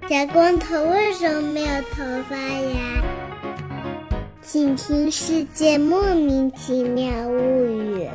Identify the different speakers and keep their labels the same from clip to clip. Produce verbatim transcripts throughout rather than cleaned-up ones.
Speaker 1: 小光头为什么没有头发呀？请听《世界莫名其妙物语》。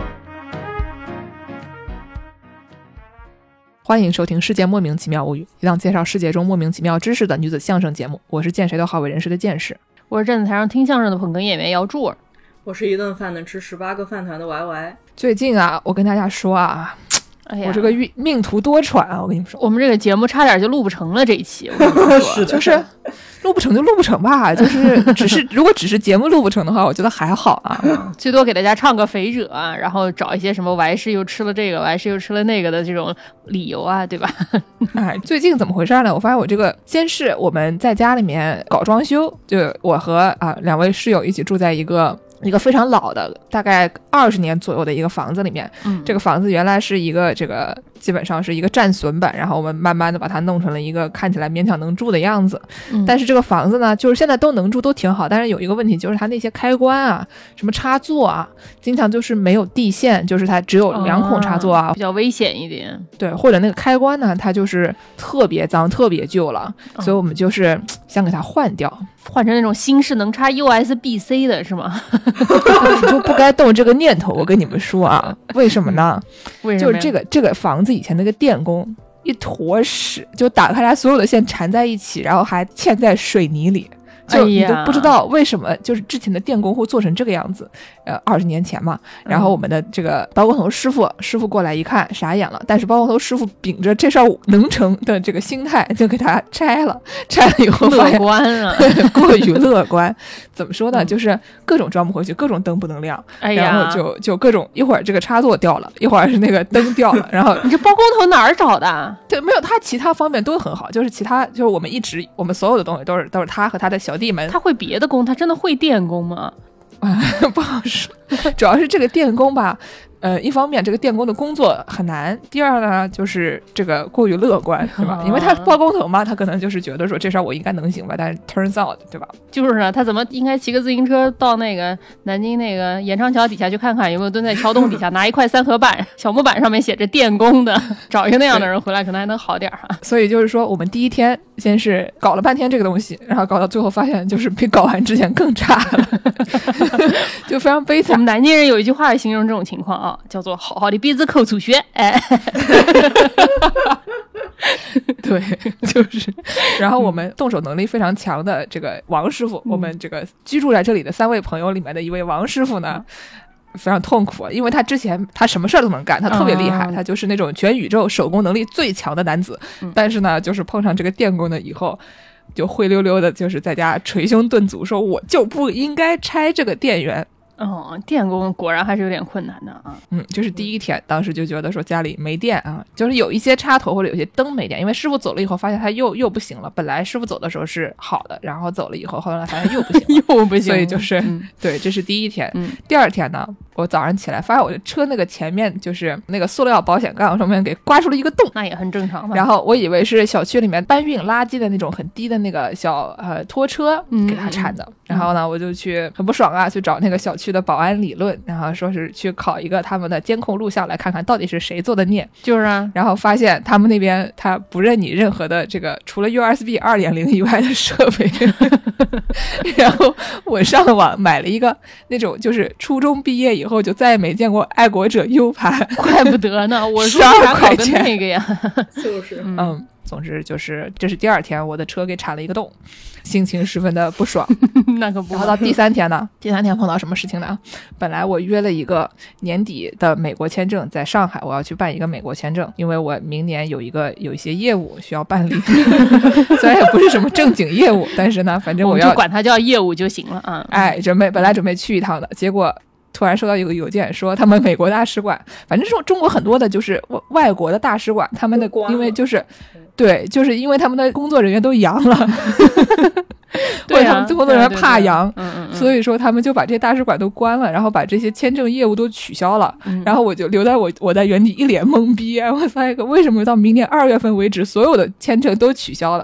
Speaker 2: 欢迎收听《世界莫名其妙物语》，一档介绍世界中莫名其妙知识的女子相声节目。我是见谁都好为人师的见识，
Speaker 3: 我是站在台上听相声的捧哏演员姚柱儿，
Speaker 4: 我是一顿饭能吃十八个饭团的 Y Y。
Speaker 2: 最近啊，我跟大家说啊，哎呀，我这个命途多舛啊！我跟你们说，
Speaker 3: 我们这个节目差点就录不成了这一期。我跟你们说
Speaker 4: 是的，
Speaker 2: 就是录不成就录不成吧，就是只是如果只是节目录不成的话，我觉得还好啊，
Speaker 3: 最多给大家唱个肥者啊，然后找一些什么Y氏又吃了这个，Y氏又吃了那个的这种理由啊，对吧？
Speaker 2: 哎，最近怎么回事呢？我发现我这个先是我们在家里面搞装修，就我和啊两位室友一起住在一个。一个非常老的大概二十年左右的一个房子里面，嗯，这个房子原来是一个这个基本上是一个战损版，然后我们慢慢的把它弄成了一个看起来勉强能住的样子，嗯，但是这个房子呢就是现在都能住都挺好，但是有一个问题就是它那些开关啊什么插座啊经常就是没有地线，就是它只有两孔插座啊，
Speaker 3: 哦，比较危险一点，
Speaker 2: 对，或者那个开关呢它就是特别脏特别旧了，哦，所以我们就是想给它换掉，
Speaker 3: 换成那种新式能插 U S B C 的是吗？
Speaker 2: 你就不该动这个念头，我跟你们说啊，为什么呢？
Speaker 3: 为什么？
Speaker 2: 就是这个这个房子以前那个电工一坨屎，就打开来所有的线缠在一起，然后还嵌在水泥里。就你都不知道为什么，就是之前的电工会做成这个样子，呃，二十年前嘛。然后我们的这个包工头师傅，师傅过来一看，傻眼了。但是包工头师傅秉着这事儿能成的这个心态，就给他拆了。拆了以后发现，
Speaker 3: 乐观啊，
Speaker 2: 过于乐观。怎么说呢？就是各种装不回去，各种灯不能亮，
Speaker 3: 哎呀，
Speaker 2: 然后就就各种一会儿这个插座掉了，一会儿是那个灯掉了。然后
Speaker 3: 你这包工头哪儿找的？
Speaker 2: 对，没有，他其他方面都很好，就是其他就是我们一直我们所有的东西都是都是他和他的小弟们。
Speaker 3: 他会别的工，他真的会电工吗？
Speaker 2: 不好说，主要是这个电工吧，呃，一方面这个电工的工作很难，第二呢就是这个过于乐观，对吧？因为他包工头嘛，他可能就是觉得说这事儿我应该能行吧，但是 turns out， 对吧？
Speaker 3: 就是啊，他怎么应该骑个自行车到那个南京那个延昌桥底下去看看有没有蹲在桥洞底下拿一块三合板，小木板上面写着电工的，找一个那样的人回来可能还能好点啊。
Speaker 2: 所以就是说我们第一天先是搞了半天这个东西，然后搞到最后发现就是比搞完之前更差了。就非常悲惨。
Speaker 3: 我们南京人有一句话形容这种情况啊，叫做好好的鼻子抠出血。哎，
Speaker 2: 对，就是。然后我们动手能力非常强的这个王师傅，嗯，我们这个居住在这里的三位朋友里面的一位王师傅呢，非常痛苦，因为他之前他什么事儿都能干，他特别厉害，嗯，他就是那种全宇宙手工能力最强的男子，嗯，但是呢，就是碰上这个电工的以后。就灰溜溜的，就是在家捶胸顿足，说我就不应该拆这个电源。
Speaker 3: 哦，电工果然还是有点困难的啊。
Speaker 2: 嗯，就是第一天，当时就觉得说家里没电啊，就是有一些插头或者有些灯没电，因为师傅走了以后发现他又又不行了。本来师傅走的时候是好的，然后走了以后，后来发现又不行了，
Speaker 3: 又不行，
Speaker 2: 所以就是、嗯、对，这是第一天。嗯，第二天呢，我早上起来发现我的车那个前面就是那个塑料保险杠上面给刮出了一个洞，
Speaker 3: 那也很正常吧。
Speaker 2: 然后我以为是小区里面搬运垃圾的那种很低的那个小呃拖车给他铲的，嗯、然后呢我就去很不爽啊，去找那个小区的保安理论，然后说是去考一个他们的监控录像来看看到底是谁做的孽。
Speaker 3: 就是啊，
Speaker 2: 然后发现他们那边他不认你任何的这个除了 U S B 二点零 以外的设备。然后我上了网买了一个那种就是初中毕业以后就再也没见过爱国者 U 盘，
Speaker 3: 怪不得呢，我说
Speaker 2: 十二块钱
Speaker 3: 那个呀，
Speaker 4: 就是
Speaker 2: 嗯。嗯总之就是这是第二天我的车给铲了一个洞，心情十分的不爽。
Speaker 3: 那可不。
Speaker 2: 然后到第三天呢，第三天碰到什么事情呢？本来我约了一个年底的美国签证，在上海我要去办一个美国签证，因为我明年有一个有一些业务需要办理。虽然也不是什么正经业务，但是呢反正我要
Speaker 3: 我就管它叫业务就行了啊。
Speaker 2: 哎，准备本来准备去一趟的，结果突然收到一个邮件说他们美国大使馆，反正中中国很多的就是外国的大使馆，他们的因为就是对，就是因为他们的工作人员都阳了。
Speaker 3: 对啊，
Speaker 2: 他们工作人员怕阳，
Speaker 3: 嗯嗯嗯，
Speaker 2: 所以说他们就把这些大使馆都关了，然后把这些签证业务都取消了，嗯、然后我就留在我我在原地一脸懵逼，我发现为什么到明年二月份为止所有的签证都取消了？
Speaker 3: 哎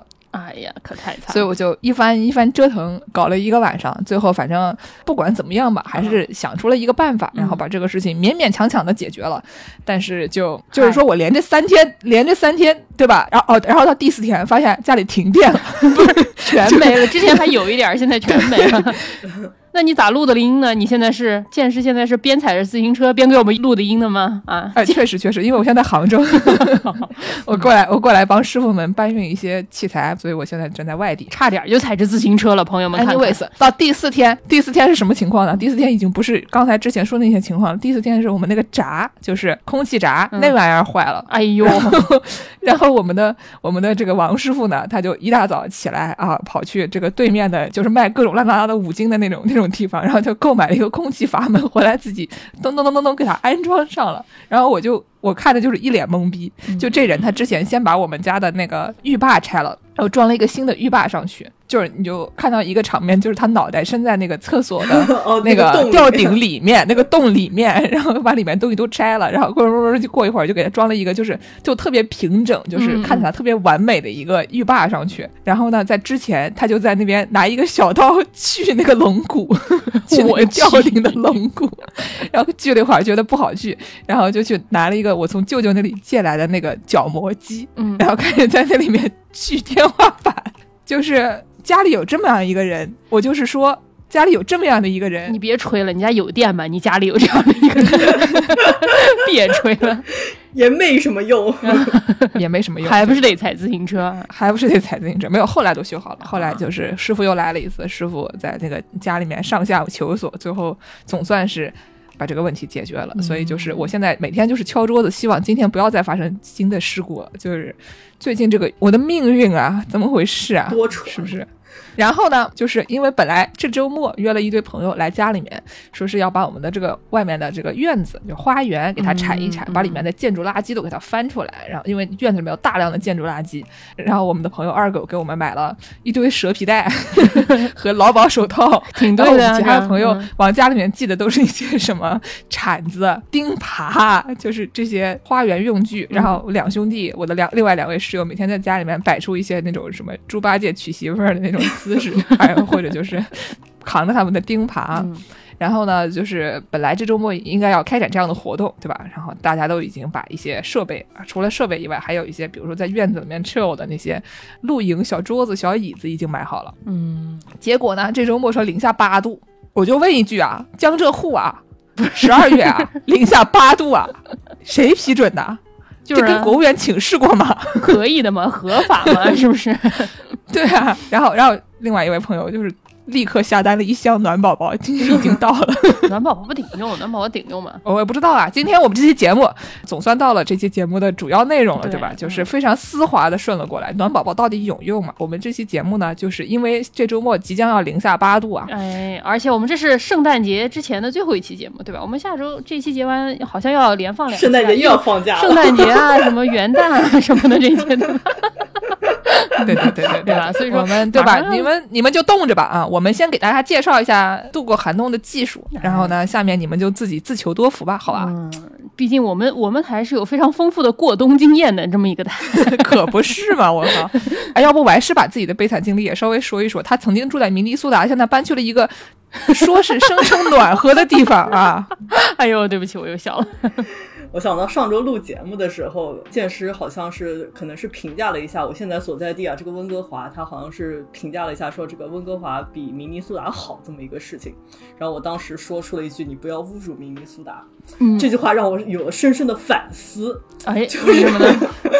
Speaker 3: 哎呀，可太惨了。
Speaker 2: 所以我就一番一番折腾，搞了一个晚上，最后反正不管怎么样吧，还是想出了一个办法，然后把这个事情勉勉强强的解决了。但是就就是说我连着三天，连着三天，对吧？然后哦，然后到第四天发现家里停电了，不是
Speaker 3: 全没了。之前还有一点，现在全没了。那你咋录的音呢？你现在是剑师，现在是边踩着自行车边给我们录的音的吗？啊，
Speaker 2: 哎，确实确实，因为我现在在杭州，我过来我过来帮师傅们搬运一些器材，所以我现在正在外地，
Speaker 3: 差点就踩着自行车了，朋友们看看。
Speaker 2: Anyways， 到第四天，第四天是什么情况呢？第四天已经不是刚才之前说那些情况了，第四天是我们那个闸，就是空气闸、嗯、那玩意儿坏了。
Speaker 3: 哎呦，
Speaker 2: 然后, 然后我们的我们的这个王师傅呢，他就一大早起来啊，跑去这个对面的，就是卖各种乱七八糟的五金的那种那种地方，然后就购买了一个空气阀门回来，自己咚咚咚咚咚给它安装上了。然后我就我看的就是一脸懵逼，就这人他之前先把我们家的那个浴霸拆了，然后装了一个新的浴霸上去，就是你就看到一个场面，就是他脑袋伸在那个厕所的那个吊顶里面，那个洞里面，然后把里面东西都拆了，然后过就过一会儿就给他装了一个就是就特别平整，就是看起来特别完美的一个浴霸上去。然后呢，在之前他就在那边拿一个小刀锯那个龙骨，锯那个吊顶的龙骨，然后锯了一会儿觉得不好锯，然后就去拿了一个我从舅舅那里借来的那个角磨机，嗯，然后开始在那里面锯天花板。就是家里有这么样一个人，我就是说家里有这么样的一个人，
Speaker 3: 你别吹了，你家有电吧？你家里有这样的一个人，别吹了，
Speaker 4: 也没什么用，
Speaker 2: 也没什么用，
Speaker 3: 还不是得踩自行车，
Speaker 2: 还不是得踩自行车。没有，后来都修好了。后来就是师傅又来了一次，师傅在那个家里面上下求索，最后总算是把这个问题解决了。所以就是我现在每天就是敲桌子，希望今天不要再发生新的事故。就是最近这个我的命运啊，怎么回事啊？
Speaker 4: 多舛，
Speaker 2: 是不是？然后呢，就是因为本来这周末约了一堆朋友来家里面，说是要把我们的这个外面的这个院子就花园给它铲一铲，嗯、把里面的建筑垃圾都给它翻出来。然后因为院子里面有大量的建筑垃圾，然后我们的朋友二狗给我们买了一堆蛇皮袋和劳保手套，
Speaker 3: 挺对的。
Speaker 2: 其他的朋友往家里面寄的都是一些什么铲子、钉耙，就是这些花园用具。然后两兄弟，我的两另外两位室友每天在家里面摆出一些那种什么猪八戒娶媳妇儿的那种姿势，还有或者就是扛着他们的钉耙、嗯、然后呢就是本来这周末应该要开展这样的活动，对吧？然后大家都已经把一些设备，除了设备以外还有一些比如说在院子里面 chill 的那些露营小桌子小椅子已经买好了。嗯，结果呢这周末说零下八度，我就问一句啊，江浙沪啊十二月啊零下八度啊谁批准的？
Speaker 3: 就是
Speaker 2: 这跟国务院请示过吗？
Speaker 3: 可以的吗？合法吗？是不是？
Speaker 2: 对啊，然后然后另外一位朋友就是立刻下单了一箱暖宝宝，今天已经到了。
Speaker 3: 暖宝宝不顶用，暖宝宝顶用吗？
Speaker 2: 我也不知道啊。今天我们这期节目总算到了这期节目的主要内容了， 对, 对吧？就是非常丝滑的顺了过来。暖宝宝到底有用吗？我们这期节目呢，就是因为这周末即将要零下八度啊，
Speaker 3: 哎，而且我们这是圣诞节之前的最后一期节目，对吧？我们下周这期节完好像要连放两期，
Speaker 4: 圣诞节又要放假了，
Speaker 3: 圣诞节啊，什么元旦啊什么的这些，对吧？
Speaker 2: 对对对对
Speaker 3: 对吧？所以说
Speaker 2: 我们对吧？你们你们就冻着吧啊！我们先给大家介绍一下度过寒冬的技术，然后呢，下面你们就自己自求多福吧，好吧？
Speaker 3: 嗯，毕竟我们我们还是有非常丰富的过冬经验的这么一个台，
Speaker 2: 可不是嘛！我靠！哎，要不我还是把自己的悲惨经历也稍微说一说。他曾经住在明尼苏达，现在搬去了一个说是声称暖和的地方啊！
Speaker 3: 哎呦，对不起，我又笑了。
Speaker 4: 我想到上周录节目的时候，剑师好像是可能是评价了一下我现在所在地啊，这个温哥华，他好像是评价了一下说这个温哥华比明尼苏达好这么一个事情。然后我当时说出了一句你不要侮辱明尼苏达、嗯、这句话让我有了深深的反思。
Speaker 3: 哎，
Speaker 4: 就是
Speaker 3: 什么呢？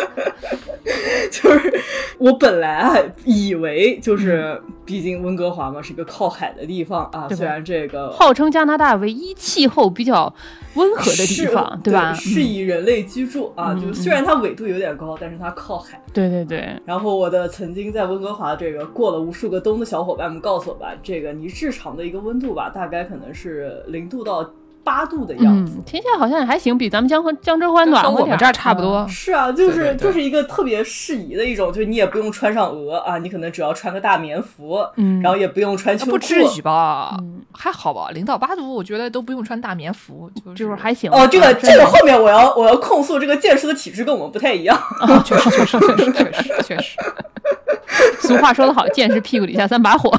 Speaker 4: 就是我本来啊以为就是毕竟温哥华嘛是一个靠海的地方啊，虽然这个
Speaker 3: 号称加拿大唯一气候比较温和的地方，对吧？
Speaker 4: 适宜人类居住、嗯、啊，就虽然它纬度有点高，但是它靠海。
Speaker 3: 对对对。
Speaker 4: 然后我的曾经在温哥华这个过了无数个冬的小伙伴们告诉我吧，这个你日常的一个温度吧，大概可能是零度到八度的样子、
Speaker 3: 嗯、听起来好像还行，比咱们江河江浙沪暖和点，
Speaker 2: 跟我们这儿差不多、
Speaker 4: 嗯、是啊，就是
Speaker 2: 对对对
Speaker 4: 就是一个特别适宜的一种，就是你也不用穿上鹅啊，你可能只要穿个大棉服、嗯、然后也不用穿秋裤，
Speaker 2: 不至于吧、嗯、还好吧，零到八度我觉得都不用穿大棉服，就是、
Speaker 3: 就是还行
Speaker 4: 哦。这个这个后面我要我要控诉这个剑师的体质跟我们不太一样、
Speaker 2: 哦、确实确实确实确实确实
Speaker 3: 俗话说得好，剑是屁股底下三把火。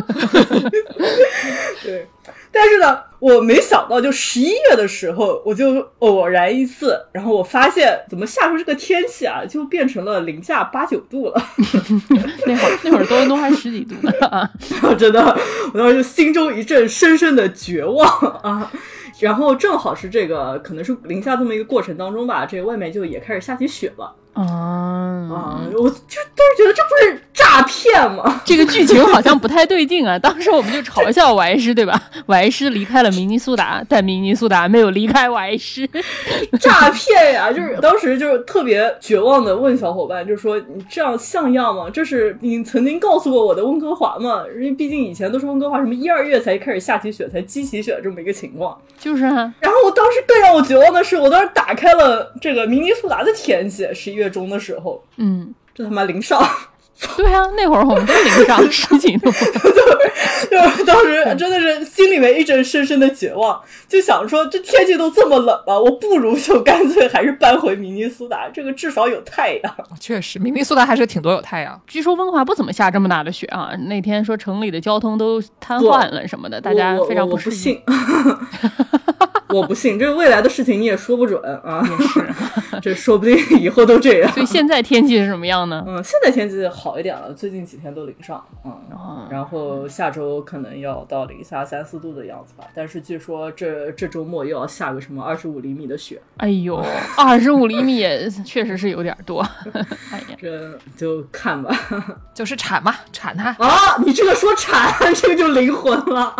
Speaker 4: 对，但是呢，我没想到，就十一月的时候，我就偶然一次，然后我发现怎么下周这个天气啊，就变成了零下八九度了。
Speaker 3: 那会儿那会儿多伦多还十几度呢啊！
Speaker 4: 真的，我当时就心中一阵深深的绝望啊。然后正好是这个，可能是零下这么一个过程当中吧，这个外面就也开始下起雪了。
Speaker 3: 啊、
Speaker 4: 啊！我就当时觉得这不是诈骗吗？
Speaker 3: 这个剧情好像不太对劲啊！当时我们就嘲笑怀师，对吧？怀师离开了明尼苏达，但明尼苏达没有离开怀师，
Speaker 4: 诈骗呀！就是当时就是特别绝望的问小伙伴，就说你这样像样吗？这是你曾经告诉过我的温哥华吗？因为毕竟以前都是温哥华什么一二月才开始下起雪，才积起雪这么一个情况。
Speaker 3: 就是啊。
Speaker 4: 然后我当时更让我绝望的是，我当时打开了这个明尼苏达的天气，十一月中的时候，
Speaker 3: 嗯，
Speaker 4: 这他妈零上。
Speaker 3: 对啊，那会儿我们都零上十几度，
Speaker 4: 就当时真的是心里面一阵深深的绝望，就想说这天气都这么冷了，我不如就干脆还是搬回明尼苏达，这个至少有太阳。
Speaker 2: 确实，明尼苏达还是挺多有太阳。
Speaker 3: 据说温哥华不怎么下这么大的雪啊，那天说城里的交通都瘫痪了什么的，大家非常不适应。
Speaker 4: 我不信，这未来的事情你也说不准啊。也是，这说不定以后都这样。
Speaker 3: 所以现在天气是什么样呢？
Speaker 4: 嗯，现在天气好一点了，最近几天都零上，嗯，哦、然后下周可能要到零下三四度的样子吧。但是据说这这周末又要下个什么二十五厘米的雪。
Speaker 3: 哎呦，二十五厘米也确实是有点多。哎呀，
Speaker 4: 这就看吧，
Speaker 2: 就是铲嘛，铲它
Speaker 4: 啊！你这个说铲，这个就灵魂了。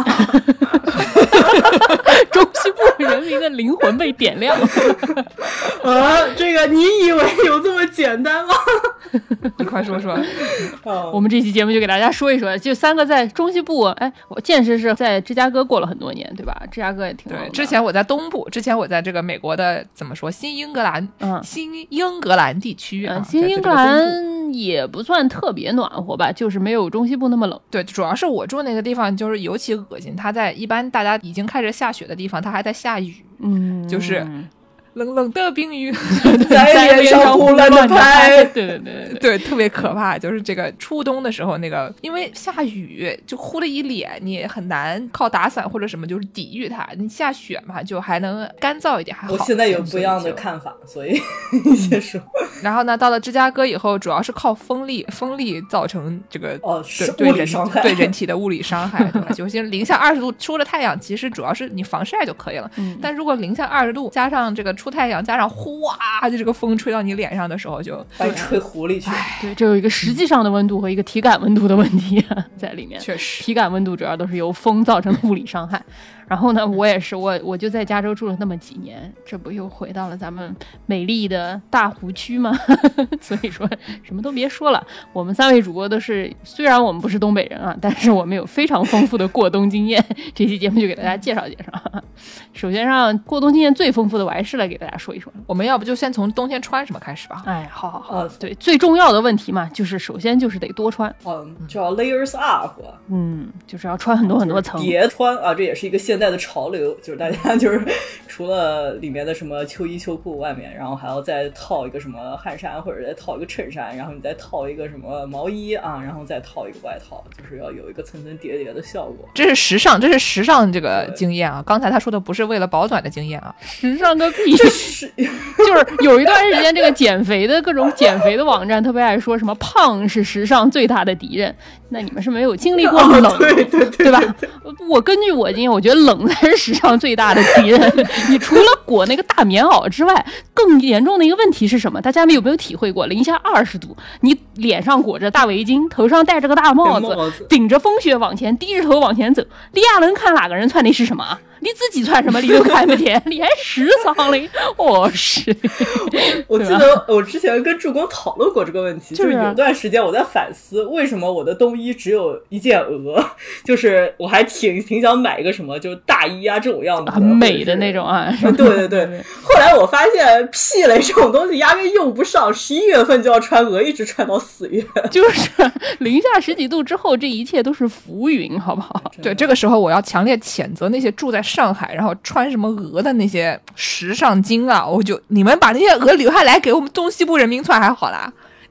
Speaker 3: 中西部人民的灵魂被点亮
Speaker 4: 啊！这个你以为有这么简单吗？
Speaker 2: 你快说说。
Speaker 3: 我们这期节目就给大家说一说，就三个在中西部。哎，我见识是在芝加哥过了很多年，对吧？芝加哥也挺冷的。
Speaker 2: 对，之前我在东部，之前我在这个美国的怎么说新英格兰，嗯，新英格兰地区啊，
Speaker 3: 嗯、新英格兰也不算特别暖和吧，就是没有中西部那么冷。
Speaker 2: 对，主要是我住那个地方就是尤其恶心，它在一般大家已经开始下雪的地方，它还在下雨，
Speaker 3: 嗯，
Speaker 2: 就是冷冷的冰雨
Speaker 4: 在脸上胡乱的拍，
Speaker 3: 对对对 对,
Speaker 2: 对，特别可怕。就是这个初冬的时候，那个因为下雨就呼了一脸，你很难靠打伞或者什么就是抵御它。你下雪嘛，就还能干燥一点，还好。
Speaker 4: 我现在有不一样的看法，所以你先说。
Speaker 2: 然后呢，到了芝加哥以后，主要是靠风力，风力造成这个
Speaker 4: 哦，
Speaker 2: 对人
Speaker 4: 伤害
Speaker 2: 对人体的物理伤害，对吧？就是零下二十度出了太阳，其实主要是你防晒就可以了。嗯，但如果零下二十度加上这个出太阳，加上哗就这个风吹到你脸上的时候就，就
Speaker 4: 把你吹糊里去。
Speaker 3: 对，这有一个实际上的温度和一个体感温度的问题在里面。
Speaker 2: 确实，
Speaker 3: 体感温度主要都是由风造成的物理伤害。然后呢，我也是，我我就在加州住了那么几年，这不又回到了咱们美丽的大湖区吗？所以说什么都别说了，我们三位主播都是，虽然我们不是东北人啊，但是我们有非常丰富的过冬经验。这期节目就给大家介绍介绍。首先让过冬经验最丰富的我还是来给大家说一说。
Speaker 2: 我们要不就先从冬天穿什么开始吧？
Speaker 3: 哎，好好好，对，最重要的问题嘛，就是首先就是得多穿，
Speaker 4: 嗯，叫 layers up，
Speaker 3: 嗯，就是要穿很多很多层，
Speaker 4: 叠穿啊，这也是一个现代的潮流，就是大家就是除了里面的什么秋衣秋裤外面，然后还要再套一个什么汗衫，或者再套一个衬衫，然后你再套一个什么毛衣啊，然后再套一个外套，就是要有一个层层叠叠的效果。
Speaker 2: 这是时尚，这是时尚这个经验啊！刚才他说的不是为了保暖的经验啊，
Speaker 3: 时尚个屁！这是就是有一段时间，这个减肥的各种减肥的网站特别爱说什么胖是时尚最大的敌人。那你们是没有经历过冷，
Speaker 4: 哦、对对 对, 对,
Speaker 3: 对吧？我根据我经验，我觉得冷才是时尚最大的敌人。你除了裹那个大棉袄之外，更严重的一个问题是什么？大家有没有体会过？零下二十度，你脸上裹着大围巾，头上戴着个大帽子，
Speaker 4: 帽子
Speaker 3: 顶着风雪往前，低着头往前走，李亚能看哪个人穿的是什么？你自己穿什么你都看不见，你还时尚嘞！我是，
Speaker 4: 我记得我之前跟助攻讨论过这个问题，
Speaker 3: 就是、
Speaker 4: 就是有段时间我在反思，为什么我的冬衣只有一件鹅，就是我还挺挺想买一个什么，就是大衣啊这种样子，
Speaker 3: 很美的那种啊。
Speaker 4: 对对对。后来我发现屁嘞，这种东西压根用不上，十一月份就要穿鹅，一直穿到四月。
Speaker 3: 就是零下十几度之后，这一切都是浮云，好不好？
Speaker 2: 对，这个时候我要强烈谴责那些住在上海然后穿什么鹅的那些时尚精啊！我就你们把那些鹅留下来给我们东西部人民穿还好啦，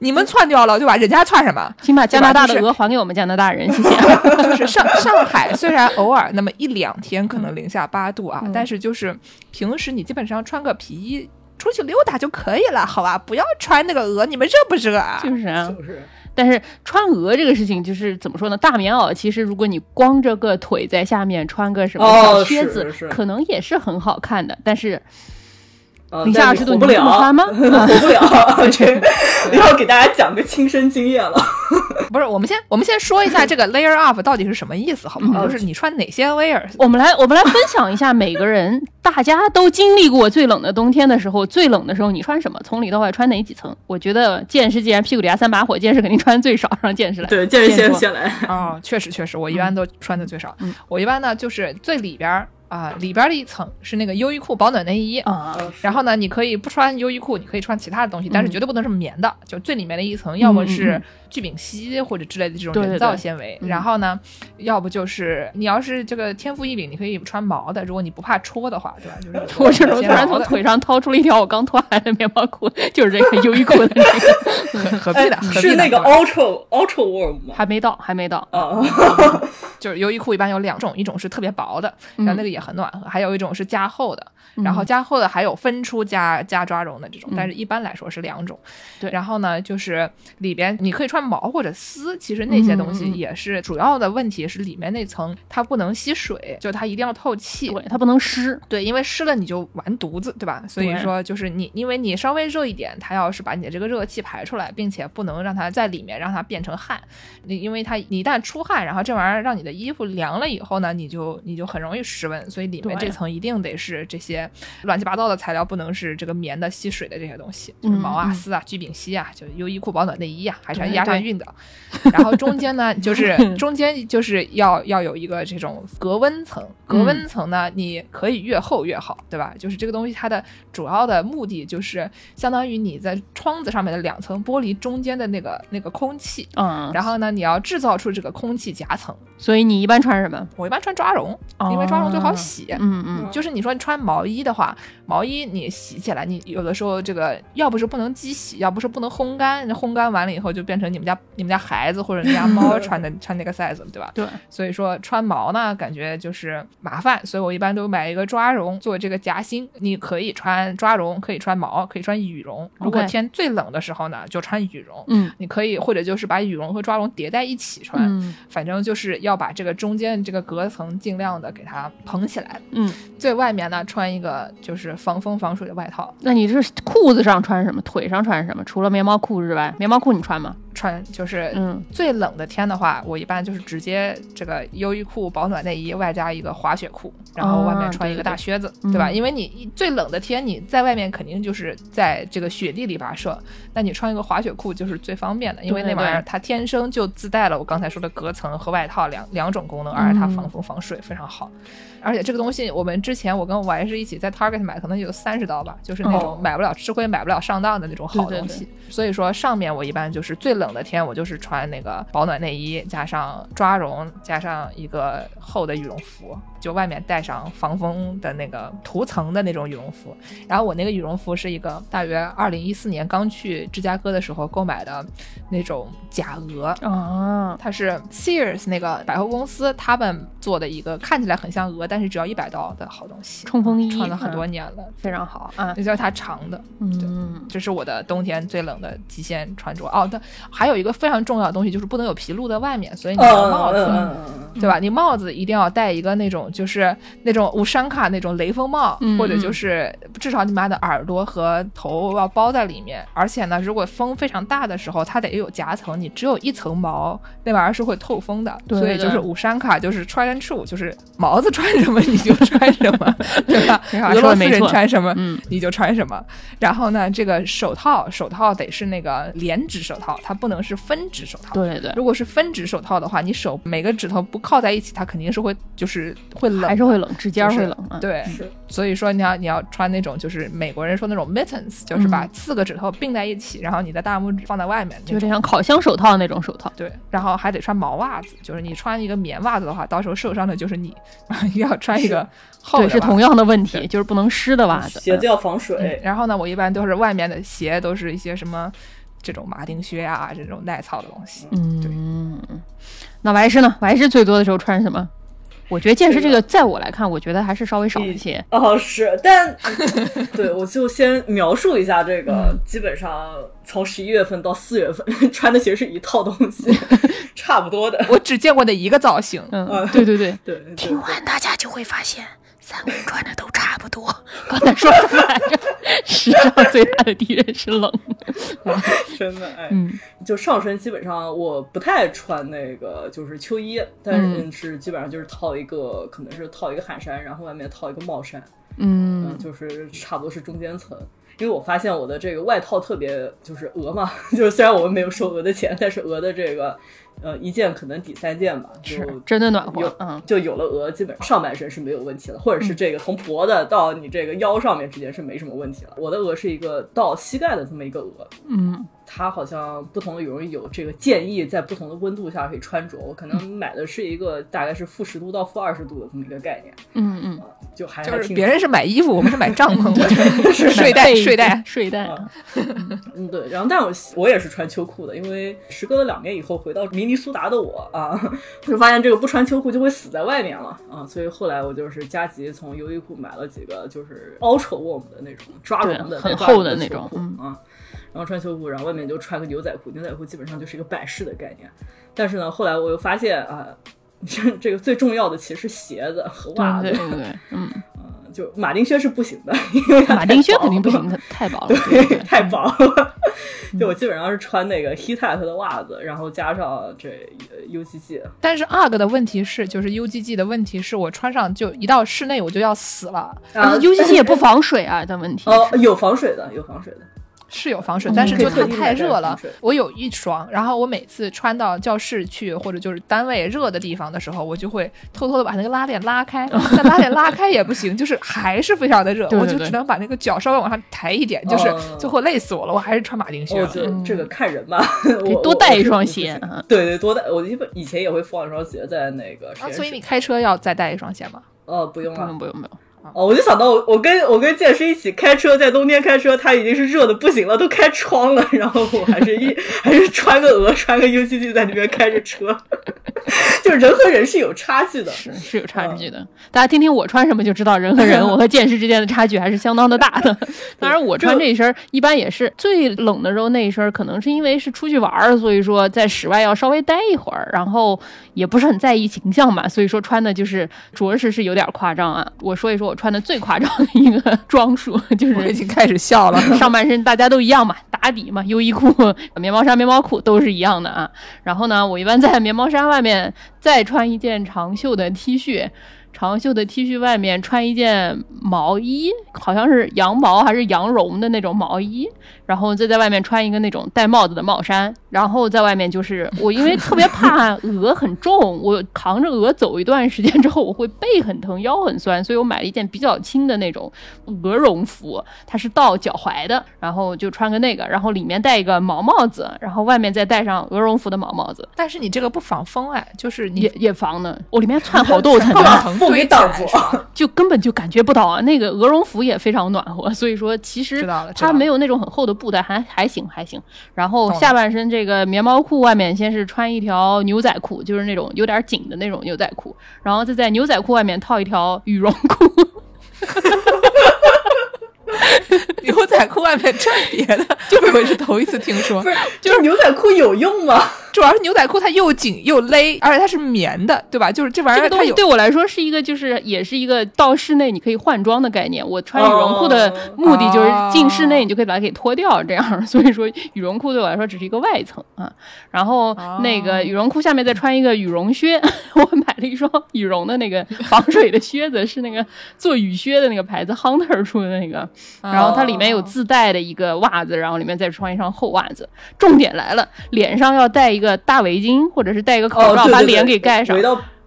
Speaker 2: 你们穿掉了对吧？人家穿什么？
Speaker 3: 请把加拿大的鹅还给我们加拿大人，谢谢。
Speaker 2: 就是上上海虽然偶尔那么一两天可能零下八度啊，
Speaker 3: 嗯、
Speaker 2: 但是就是平时你基本上穿个皮衣出去溜达就可以了，好吧？不要穿那个鹅，你们热不热啊？
Speaker 3: 就是啊，
Speaker 4: 就是。
Speaker 3: 但是穿鹅这个事情就是怎么说呢？大棉袄其实如果你光着个腿在下面穿个什么小靴子，
Speaker 4: 哦、
Speaker 3: 可能也是很好看的，但是。
Speaker 4: 呃、
Speaker 3: 零下二十度，
Speaker 4: 你
Speaker 3: 这么穿吗？
Speaker 4: 活不了，这要给大家讲个亲身经验了。
Speaker 2: 不是，我们先我们先说一下这个 layer up 到底是什么意思，好不好？嗯、就是你穿哪些 layer。
Speaker 3: 我们来我们来分享一下每个人，大家都经历过最冷的冬天的时候，最冷的时候你穿什么？从里到外穿哪几层？我觉得剑士既然屁股底下三把火，剑士肯定穿最少，让剑士来。
Speaker 4: 对，剑士先先来。
Speaker 2: 哦，确实确实，我一般都穿的最少。
Speaker 3: 嗯、
Speaker 2: 我一般呢就是最里边。啊、呃，里边的一层是那个优衣库保暖内衣
Speaker 3: 啊，
Speaker 2: 然后呢，你可以不穿优衣库，你可以穿其他的东西，嗯、但是绝对不能是棉的，就最里面的一层，要么是聚丙烯或者之类的这种人造纤维，
Speaker 3: 对对对
Speaker 2: 然后呢，要不就是你要是这个天赋异禀，你可以穿毛的，如果你不怕戳的话，对吧？就是
Speaker 3: 我这种突然从腿上掏出了一条我刚脱来的棉毛裤，就是这个优衣库的那
Speaker 2: 个，何必呢？
Speaker 4: 是那个 Ultra Ultra Warm 吗？
Speaker 3: 还没到，还没到
Speaker 4: 啊。
Speaker 2: 就是优衣库一般有两种，一种是特别薄的，然后那个也很暖和，嗯、还有一种是加厚的，然后加厚的还有分出加加抓绒的这种，
Speaker 3: 嗯、
Speaker 2: 但是一般来说是两种。
Speaker 3: 对，
Speaker 2: 然后呢，就是里边你可以穿毛或者丝，其实那些东西也是主要的问题是里面那层它不能吸水，就它一定要透气，
Speaker 3: 对，它不能湿，
Speaker 2: 对，因为湿了你就完犊子，对吧？所以说就是你，因为你稍微热一点，它要是把你的这个热气排出来，并且不能让它在里面让它变成汗，你因为它你一旦出汗，然后这玩意儿让你的衣服凉了以后呢，你就你就很容易失温，所以里面这层一定得是这些乱七八糟的材料，不能是这个棉的吸水的这些东西，就是毛啊、丝啊、聚丙烯啊，就优衣库保暖内衣啊，还是压上运的。然后中间呢，就是中间就是要要有一个这种隔温层，隔温层呢，你可以越厚越好，对吧？就是这个东西它的主要的目的就是相当于你在窗子上面的两层玻璃中间的那个那个空气，
Speaker 3: 嗯，
Speaker 2: 然后呢，你要制造出这个空气夹层。
Speaker 3: 所以你一般穿什么？
Speaker 2: 我一般穿抓绒，因为抓绒最好洗。
Speaker 3: 嗯嗯，
Speaker 2: 就是你说穿毛衣的话，毛衣你洗起来，你有的时候这个要不是不能机洗，要不是不能烘干，烘干完了以后就变成你们家你们家孩子或者你家猫穿的穿那个 size， 对吧？
Speaker 3: 对。
Speaker 2: 所以说穿毛呢，感觉就是麻烦，所以我一般都买一个抓绒做这个夹心。你可以穿抓绒，可以穿毛，可以穿羽绒。如果天最冷的时候呢，就穿羽绒。
Speaker 3: 嗯，
Speaker 2: 你可以或者就是把羽绒和抓绒叠在一起穿。
Speaker 3: 嗯，
Speaker 2: 反正就是要把这个中间这个隔层尽量的给它蓬起来。
Speaker 3: 嗯，
Speaker 2: 最外面呢穿一个就是防风防水的外套。
Speaker 3: 那你这裤子上穿什么？腿上穿什么？除了棉毛裤之外，棉毛裤你穿吗？
Speaker 2: 穿就是
Speaker 3: 嗯，
Speaker 2: 最冷的天的话，我一般就是直接这个优衣库保暖内衣外加一个滑雪裤，然后外面穿一个大靴子，
Speaker 3: 哦、对,
Speaker 2: 对, 对吧？嗯、因为你最冷的天你在外面肯定就是在这个雪地里跋涉，那你穿一个滑雪裤就是最方便的，因为那玩意儿它天生就自带了我刚才说的隔层和外套两两种功能，而且它防风防水非常好。嗯，而且这个东西我们之前我跟我还是一起在 Target 买，可能有三十刀吧，就是那种买不了吃亏买不了上当的那种好东西。
Speaker 3: 对对对，
Speaker 2: 所以说上面我一般就是最冷的天我就是穿那个保暖内衣加上抓绒加上一个厚的羽绒服，就外面带上防风的那个涂层的那种羽绒服。然后我那个羽绒服是一个大约二零一四年刚去芝加哥的时候购买的那种假鹅
Speaker 3: 啊，
Speaker 2: 它是 Sears 那个百货公司他们做的一个看起来很像鹅但是只要一百刀的好东西，
Speaker 3: 冲锋衣
Speaker 2: 穿了很多年了，
Speaker 3: 嗯、非常好啊。
Speaker 2: 那就是它长的，
Speaker 3: 嗯，
Speaker 2: 这是我的冬天最冷的极限穿着。哦，但还有一个非常重要的东西就是不能有皮露在外面，所以你的帽子、
Speaker 4: 嗯、
Speaker 2: 对吧？你帽子一定要戴一个那种就是那种乌山卡那种雷锋帽、
Speaker 3: 嗯、
Speaker 2: 或者就是至少你把的耳朵和头要包在里面。而且呢，如果风非常大的时候它得有夹层，你只有一层毛那玩意儿是会透风的。
Speaker 3: 对对对，
Speaker 2: 所以就是乌山卡就是 try and true， 就是毛子穿什么你就穿什么对吧？俄罗斯人穿什么、嗯、你就穿什么。然后呢，这个手套手套得是那个连指手套，它不能是分指手套。
Speaker 3: 对对，
Speaker 2: 如果是分指手套的话，你手每个指头不靠在一起，它肯定是会就是会冷，
Speaker 3: 还是会冷，指尖会冷、
Speaker 2: 就是、对，所以说你要你要穿那种就是美国人说那种 mittens， 就是把四个指头并在一起、嗯、然后你的大拇指放在外面，
Speaker 3: 就这样烤箱手套那种手套。
Speaker 2: 对，然后还得穿毛袜子，就是你穿一个棉袜子的话，到时候受伤的就是你，一定要穿一个厚的袜子。
Speaker 3: 对，是同样的问题，就是不能湿的袜子，
Speaker 4: 鞋子要防水、
Speaker 2: 嗯。然后呢，我一般都是外面的鞋都是一些什么这种马丁靴啊，这种耐操的东西。
Speaker 3: 嗯，那完事呢？完事最多的时候穿什么？我觉得健身这个，在我来看，我觉得还是稍微少一些。
Speaker 4: 哦，是，但对，我就先描述一下这个，嗯、基本上从十一月份到四月份穿的其实是一套东西，差不多的。
Speaker 2: 我只见过的一个造型。
Speaker 3: 嗯，对对对
Speaker 4: 对对。
Speaker 3: 听完大家就会发现，三个穿的都差不多。刚才说什么来着？时尚最大的敌人是冷。
Speaker 4: 真的，哎，
Speaker 3: 嗯，
Speaker 4: 就上身基本上我不太穿那个就是秋衣，但是基本上就是套一个，可能是套一个汗衫，然后外面套一个帽衫，
Speaker 3: 嗯,
Speaker 4: 嗯，就是差不多是中间层。因为我发现我的这个外套特别就是鹅嘛，就是虽然我们没有收鹅的钱，但是鹅的这个呃一件可能抵三件吧，就
Speaker 3: 真的暖和，嗯，
Speaker 4: 就有了鹅，基本上半身是没有问题了，或者是这个从脖子到你这个腰上面之间是没什么问题了。我的鹅是一个到膝盖的这么一个鹅，
Speaker 3: 嗯，
Speaker 4: 它好像不同的有人有这个建议在不同的温度下可以穿着，我可能买的是一个大概是负十度到负二十度的这么一个概念，
Speaker 3: 嗯嗯、呃，
Speaker 4: 就还
Speaker 2: 就是别人是买衣服，我们是买帐篷，是睡袋睡袋
Speaker 3: 睡袋。
Speaker 4: 啊、嗯，对，然后但我我也是穿秋裤的，因为时隔了两年以后回到明尼苏达的我啊，就发现这个不穿秋裤就会死在外面了啊，所以后来我就是加急从优衣库买了几个就是 Ultra Warm 的那种抓绒的
Speaker 3: 很厚的那种
Speaker 4: 嗯啊，然后穿秋裤，然后外面就穿个牛仔裤，牛仔裤基本上就是一个百事的概念。但是呢，后来我又发现啊，这这个最重要的其实是鞋子和袜子，
Speaker 3: 对对对，嗯。
Speaker 4: 就马丁靴是不行的，因为它
Speaker 3: 马丁靴肯定不行，太薄了，
Speaker 4: 对，
Speaker 3: 对对
Speaker 4: 太薄了。就我基本上是穿那个 Heat 的袜子，然后加上这 U G G。
Speaker 2: 但是 U G G 的问题是，就是 U G G 的问题是我穿上就一到室内我就要死了，
Speaker 3: 而且 U G G 也不防水啊的问题。
Speaker 4: 哦，有防水的，有防水的。
Speaker 2: 是有防水，但是就它太热了。我有一双，然后我每次穿到教室去或者就是单位热的地方的时候，我就会偷偷的把那个拉链拉开，但拉链拉开也不行，就是还是非常的热，
Speaker 3: 对对对，
Speaker 2: 我就只能把那个脚稍微往上抬一点，就是最后累死我了，我还是穿马丁靴。
Speaker 4: 我觉得这个看人吧，
Speaker 3: 得多带一双鞋。
Speaker 4: 对对，多带。我一般以前也会放一双鞋在那个实验室。
Speaker 2: 啊，所以你开车要再带一双鞋吗？
Speaker 4: 哦，不用了，
Speaker 3: 不用不用不用。
Speaker 4: 哦，我就想到我我跟我跟剑师一起开车，在冬天开车，他已经是热的不行了，都开窗了，然后我还是一还是穿个鹅，穿个 U G G 在那边开着车，就是人和人是有差距的，
Speaker 3: 是是有差距的、嗯。大家听听我穿什么就知道人和人，我和剑师之间的差距还是相当的大的。当然，我穿这一身一般也是最冷的时候那一身，可能是因为是出去玩，所以说在室外要稍微待一会儿，然后也不是很在意形象嘛，所以说穿的就是着实是有点夸张啊。我说一说。我穿的最夸张的一个装束就是
Speaker 2: 我已经开始笑了，
Speaker 3: 上半身大家都一样嘛，打底嘛，优衣库棉毛衫棉毛裤都是一样的啊。然后呢，我一般在棉毛衫外面再穿一件长袖的 T 恤，长袖的 T 恤外面穿一件毛衣，好像是羊毛还是羊绒的那种毛衣，然后再在外面穿一个那种戴帽子的帽衫，然后在外面就是我因为特别怕鹅很重，我扛着鹅走一段时间之后我会背很疼腰很酸，所以我买了一件比较轻的那种鹅绒服，它是到脚踝的，然后就穿个那个，然后里面戴一个毛帽子，然后外面再戴上鹅绒服的毛帽子。
Speaker 2: 但是你这个不防风哎，就是你
Speaker 3: 也也防呢，我里面窜好多层
Speaker 4: 风给挡住，
Speaker 3: 就根本就感觉不到啊。那个鹅绒服也非常暖和，所以说其实它没有那种很厚的布的，还还行还行。然后下半身这个棉毛裤外面先是穿一条牛仔裤，就是那种有点紧的那种牛仔裤，然后再在牛仔裤外面套一条羽绒裤。
Speaker 2: 牛仔裤外面穿别的，就我是头一次听说。
Speaker 4: 不是，就是牛仔裤有用吗？
Speaker 2: 主要是牛仔裤它又紧又勒，而且它是棉的，对吧？就是这玩意儿，
Speaker 3: 这个东西对我来说是一个，就是也是一个到室内你可以换装的概念。我穿羽绒裤的目的就是进室内，你就可以把它给脱掉，这样。所以说羽绒裤对我来说只是一个外层啊。然后那个羽绒裤下面再穿一个羽绒靴，我买了一双羽绒的那个防水的靴子，是那个做雨靴的那个牌子 Hunter 出的那个。然后它里面有自带的一个袜子，然后里面再穿一双厚袜子。重点来了，脸上要戴一个大围巾或者是戴一个口罩、
Speaker 4: 哦、对对对，
Speaker 3: 把脸给盖上。
Speaker 4: 围到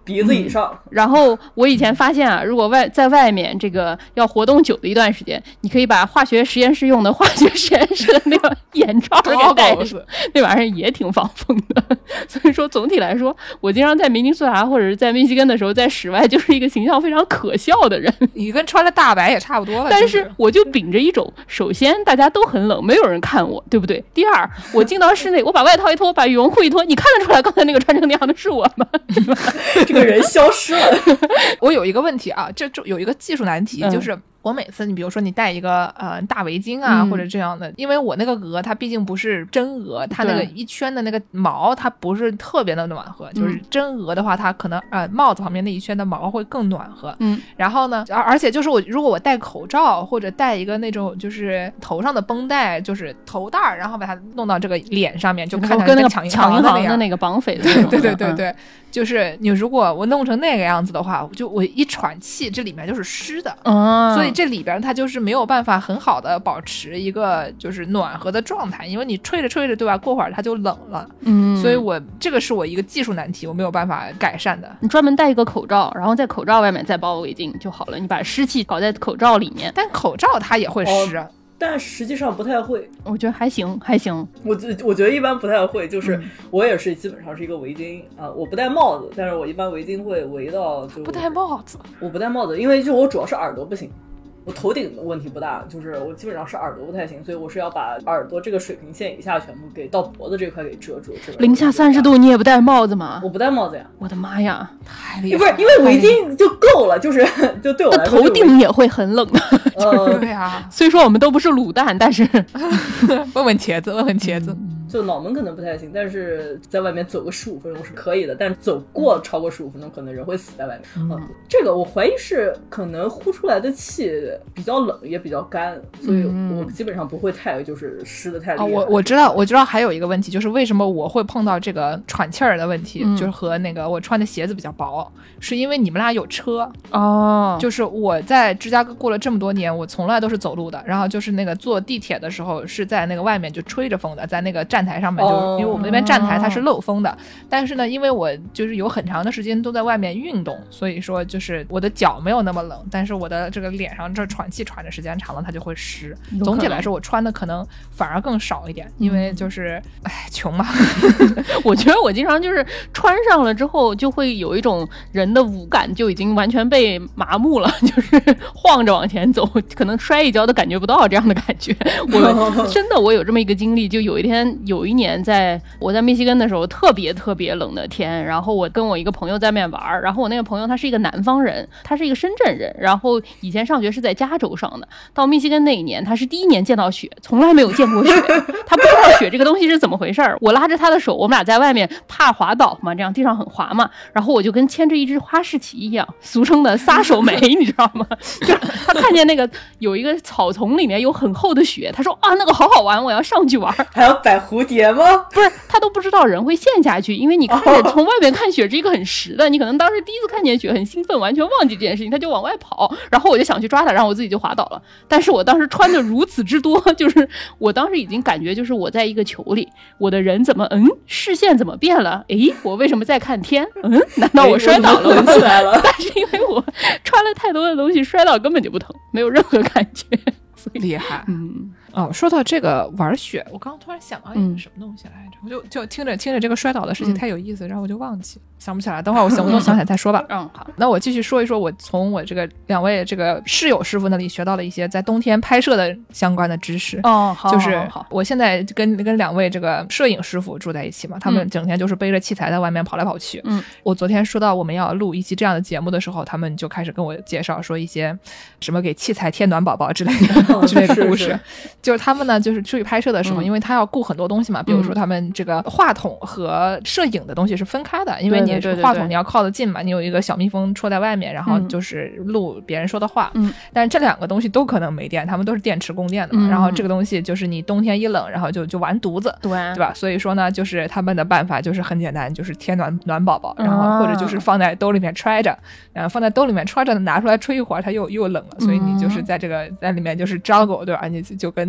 Speaker 4: 鼻子以上、
Speaker 3: 嗯。然后我以前发现啊，如果外在外面这个要活动久的一段时间，你可以把化学实验室用的化学实验室的那个眼罩给戴上，那玩意儿也挺防风的。所以说总体来说，我经常在明尼苏达或者是在密西根的时候，在室外就是一个形象非常可笑的人。
Speaker 2: 你跟穿了大白也差不多了。
Speaker 3: 但是我就秉着一种，首先大家都很冷，没有人看我，对不对？第二，我进到室内，我把外套一脱，把羽绒裤一脱，你看得出来刚才那个穿成那样的是我吗？
Speaker 4: 这个人消失了。
Speaker 2: 我有一个问题啊，这就有一个技术难题，
Speaker 3: 嗯、
Speaker 2: 就是我每次你比如说你戴一个呃大围巾啊、嗯、或者这样的，因为我那个鹅它毕竟不是真鹅，它那个一圈的那个毛它不是特别的暖和，就是真鹅的话它可能呃帽子旁边那一圈的毛会更暖和。
Speaker 3: 嗯，
Speaker 2: 然后呢而而且就是我如果我戴口罩或者戴一个那种就是头上的绷带，就是头带，然后把它弄到这个脸上面，就看起来
Speaker 3: 跟那个
Speaker 2: 抢银
Speaker 3: 行
Speaker 2: 的那样
Speaker 3: 的那个绑匪的。
Speaker 2: 对对对对对、嗯，就是你如果我弄成那个样子的话，就我一喘气这里面就是湿的。
Speaker 3: 嗯，
Speaker 2: 所以这里边它就是没有办法很好的保持一个就是暖和的状态，因为你吹着吹着对吧，过会儿它就冷了。
Speaker 3: 嗯，
Speaker 2: 所以我这个是我一个技术难题，我没有办法改善的。
Speaker 3: 你专门戴一个口罩，然后在口罩外面再包围巾就好了，你把湿气搞在口罩里面。
Speaker 2: 但口罩它也会湿、
Speaker 4: 哦，但实际上不太会。
Speaker 3: 我觉得还行还行。
Speaker 4: 我我觉得一般不太会，就是我也是基本上是一个围巾啊、呃，我不戴帽子，但是我一般围巾会围到就
Speaker 2: 不戴帽子。
Speaker 4: 我不戴帽子，因为就我主要是耳朵不行。我头顶的问题不大，就是我基本上是耳朵不太行，所以我是要把耳朵这个水平线以下全部给到脖子这块给遮住。
Speaker 3: 零下三十度你也不戴帽子吗？
Speaker 4: 我不戴帽子呀。
Speaker 3: 我的妈呀，
Speaker 2: 太厉害了！
Speaker 4: 不是因为围巾就够了，就是就对我来说，
Speaker 3: 头顶也会很冷的。
Speaker 2: 呃，对啊。
Speaker 3: 虽说我们都不是卤蛋，但是
Speaker 2: 问问茄子，问问茄子。
Speaker 3: 嗯
Speaker 4: 就脑门可能不太行，但是在外面走个十五分钟是可以的，但是走过超过十五分钟，可能人会死在外面。嗯，呃、这个我怀疑是可能呼出来的气比较冷，也比较干，所以我基本上不会太就是湿的太厉害。
Speaker 2: 啊、我我知道，我知道还有一个问题，就是为什么我会碰到这个喘气儿的问题、嗯，就是和那个我穿的鞋子比较薄，是因为你们俩有车
Speaker 3: 哦。
Speaker 2: 就是我在芝加哥过了这么多年，我从来都是走路的，然后就是那个坐地铁的时候是在那个外面就吹着风的，在那个站台上面就、哦、因为我们那边站台它是漏风的，但是呢因为我就是有很长的时间都在外面运动，所以说就是我的脚没有那么冷，但是我的这个脸上这喘气喘的时间长了它就会湿。总体来说我穿的可能反而更少一点，因为就是哎穷嘛。
Speaker 3: 我觉得我经常就是穿上了之后就会有一种人的五感就已经完全被麻木了，就是晃着往前走，可能摔一跤都感觉不到这样的感觉。我真的我有这么一个经历，就有一天有一年在我在密西根的时候，特别特别冷的天，然后我跟我一个朋友在面玩，然后我那个朋友他是一个南方人，他是一个深圳人，然后以前上学是在加州上的，到密西根那一年他是第一年见到雪，从来没有见过雪，他不知道雪这个东西是怎么回事儿。我拉着他的手，我们俩在外面怕滑倒嘛，这样地上很滑嘛，然后我就跟牵着一只哈士奇一样，俗称的撒手梅，你知道吗？就是他看见那个有一个草丛里面有很厚的雪，他说啊那个好好玩，我要上去玩。
Speaker 4: 还要摆蝴蝶吗？
Speaker 3: 不是，他都不知道人会陷下去，因为你看着从外面看雪是一个很实的，你可能当时第一次看见雪很兴奋，完全忘记这件事情，他就往外跑，然后我就想去抓他，然后我自己就滑倒了。但是我当时穿的如此之多，就是我当时已经感觉就是我在一个球里，我的人怎么嗯视线怎么变了？诶，我为什么在看天？嗯，难道我摔倒了？
Speaker 4: 我起来了。
Speaker 3: 但是因为我穿了太多的东西，摔倒根本就不疼，没有任何感觉。
Speaker 2: 厉害。
Speaker 3: 嗯。
Speaker 2: 哦，说到这个玩雪，我刚刚突然想到一个什么东西来着，嗯、我就就听着听着这个摔倒的事情太有意思，嗯、然后我就忘记想不起来，等会儿我想不动想起来再说吧。
Speaker 3: 嗯，好，
Speaker 2: 那我继续说一说我从我这个两位这个室友师傅那里学到了一些在冬天拍摄的相关的知识。
Speaker 3: 哦，好，
Speaker 2: 就是
Speaker 3: 好好
Speaker 2: 我现在跟跟两位这个摄影师傅住在一起嘛，他们整天就是背着器材在外面跑来跑去。
Speaker 3: 嗯，
Speaker 2: 我昨天说到我们要录一期这样的节目的时候，他们就开始跟我介绍说一些什么给器材添暖宝宝之类的、哦、之类的故事。是是就是他们呢，就是出去拍摄的时候、嗯、因为他要顾很多东西嘛，比如说他们这个话筒和摄影的东西是分开的，因为你话筒你要靠得近嘛，你有一个小蜜蜂戳在外面，然后就是录别人说的话。
Speaker 3: 嗯，
Speaker 2: 但是这两个东西都可能没电，他们都是电池供电的嘛、嗯、然后这个东西就是你冬天一冷然后就就完犊子，
Speaker 3: 对
Speaker 2: 对吧？所以说呢就是他们的办法就是很简单，就是添暖暖宝宝，然后或者就是放在兜里面揣着，然后放在兜里面揣着拿出来吹一会儿它又又冷了，所以你就是在这个在里面就是 juggle， 对吧？你就跟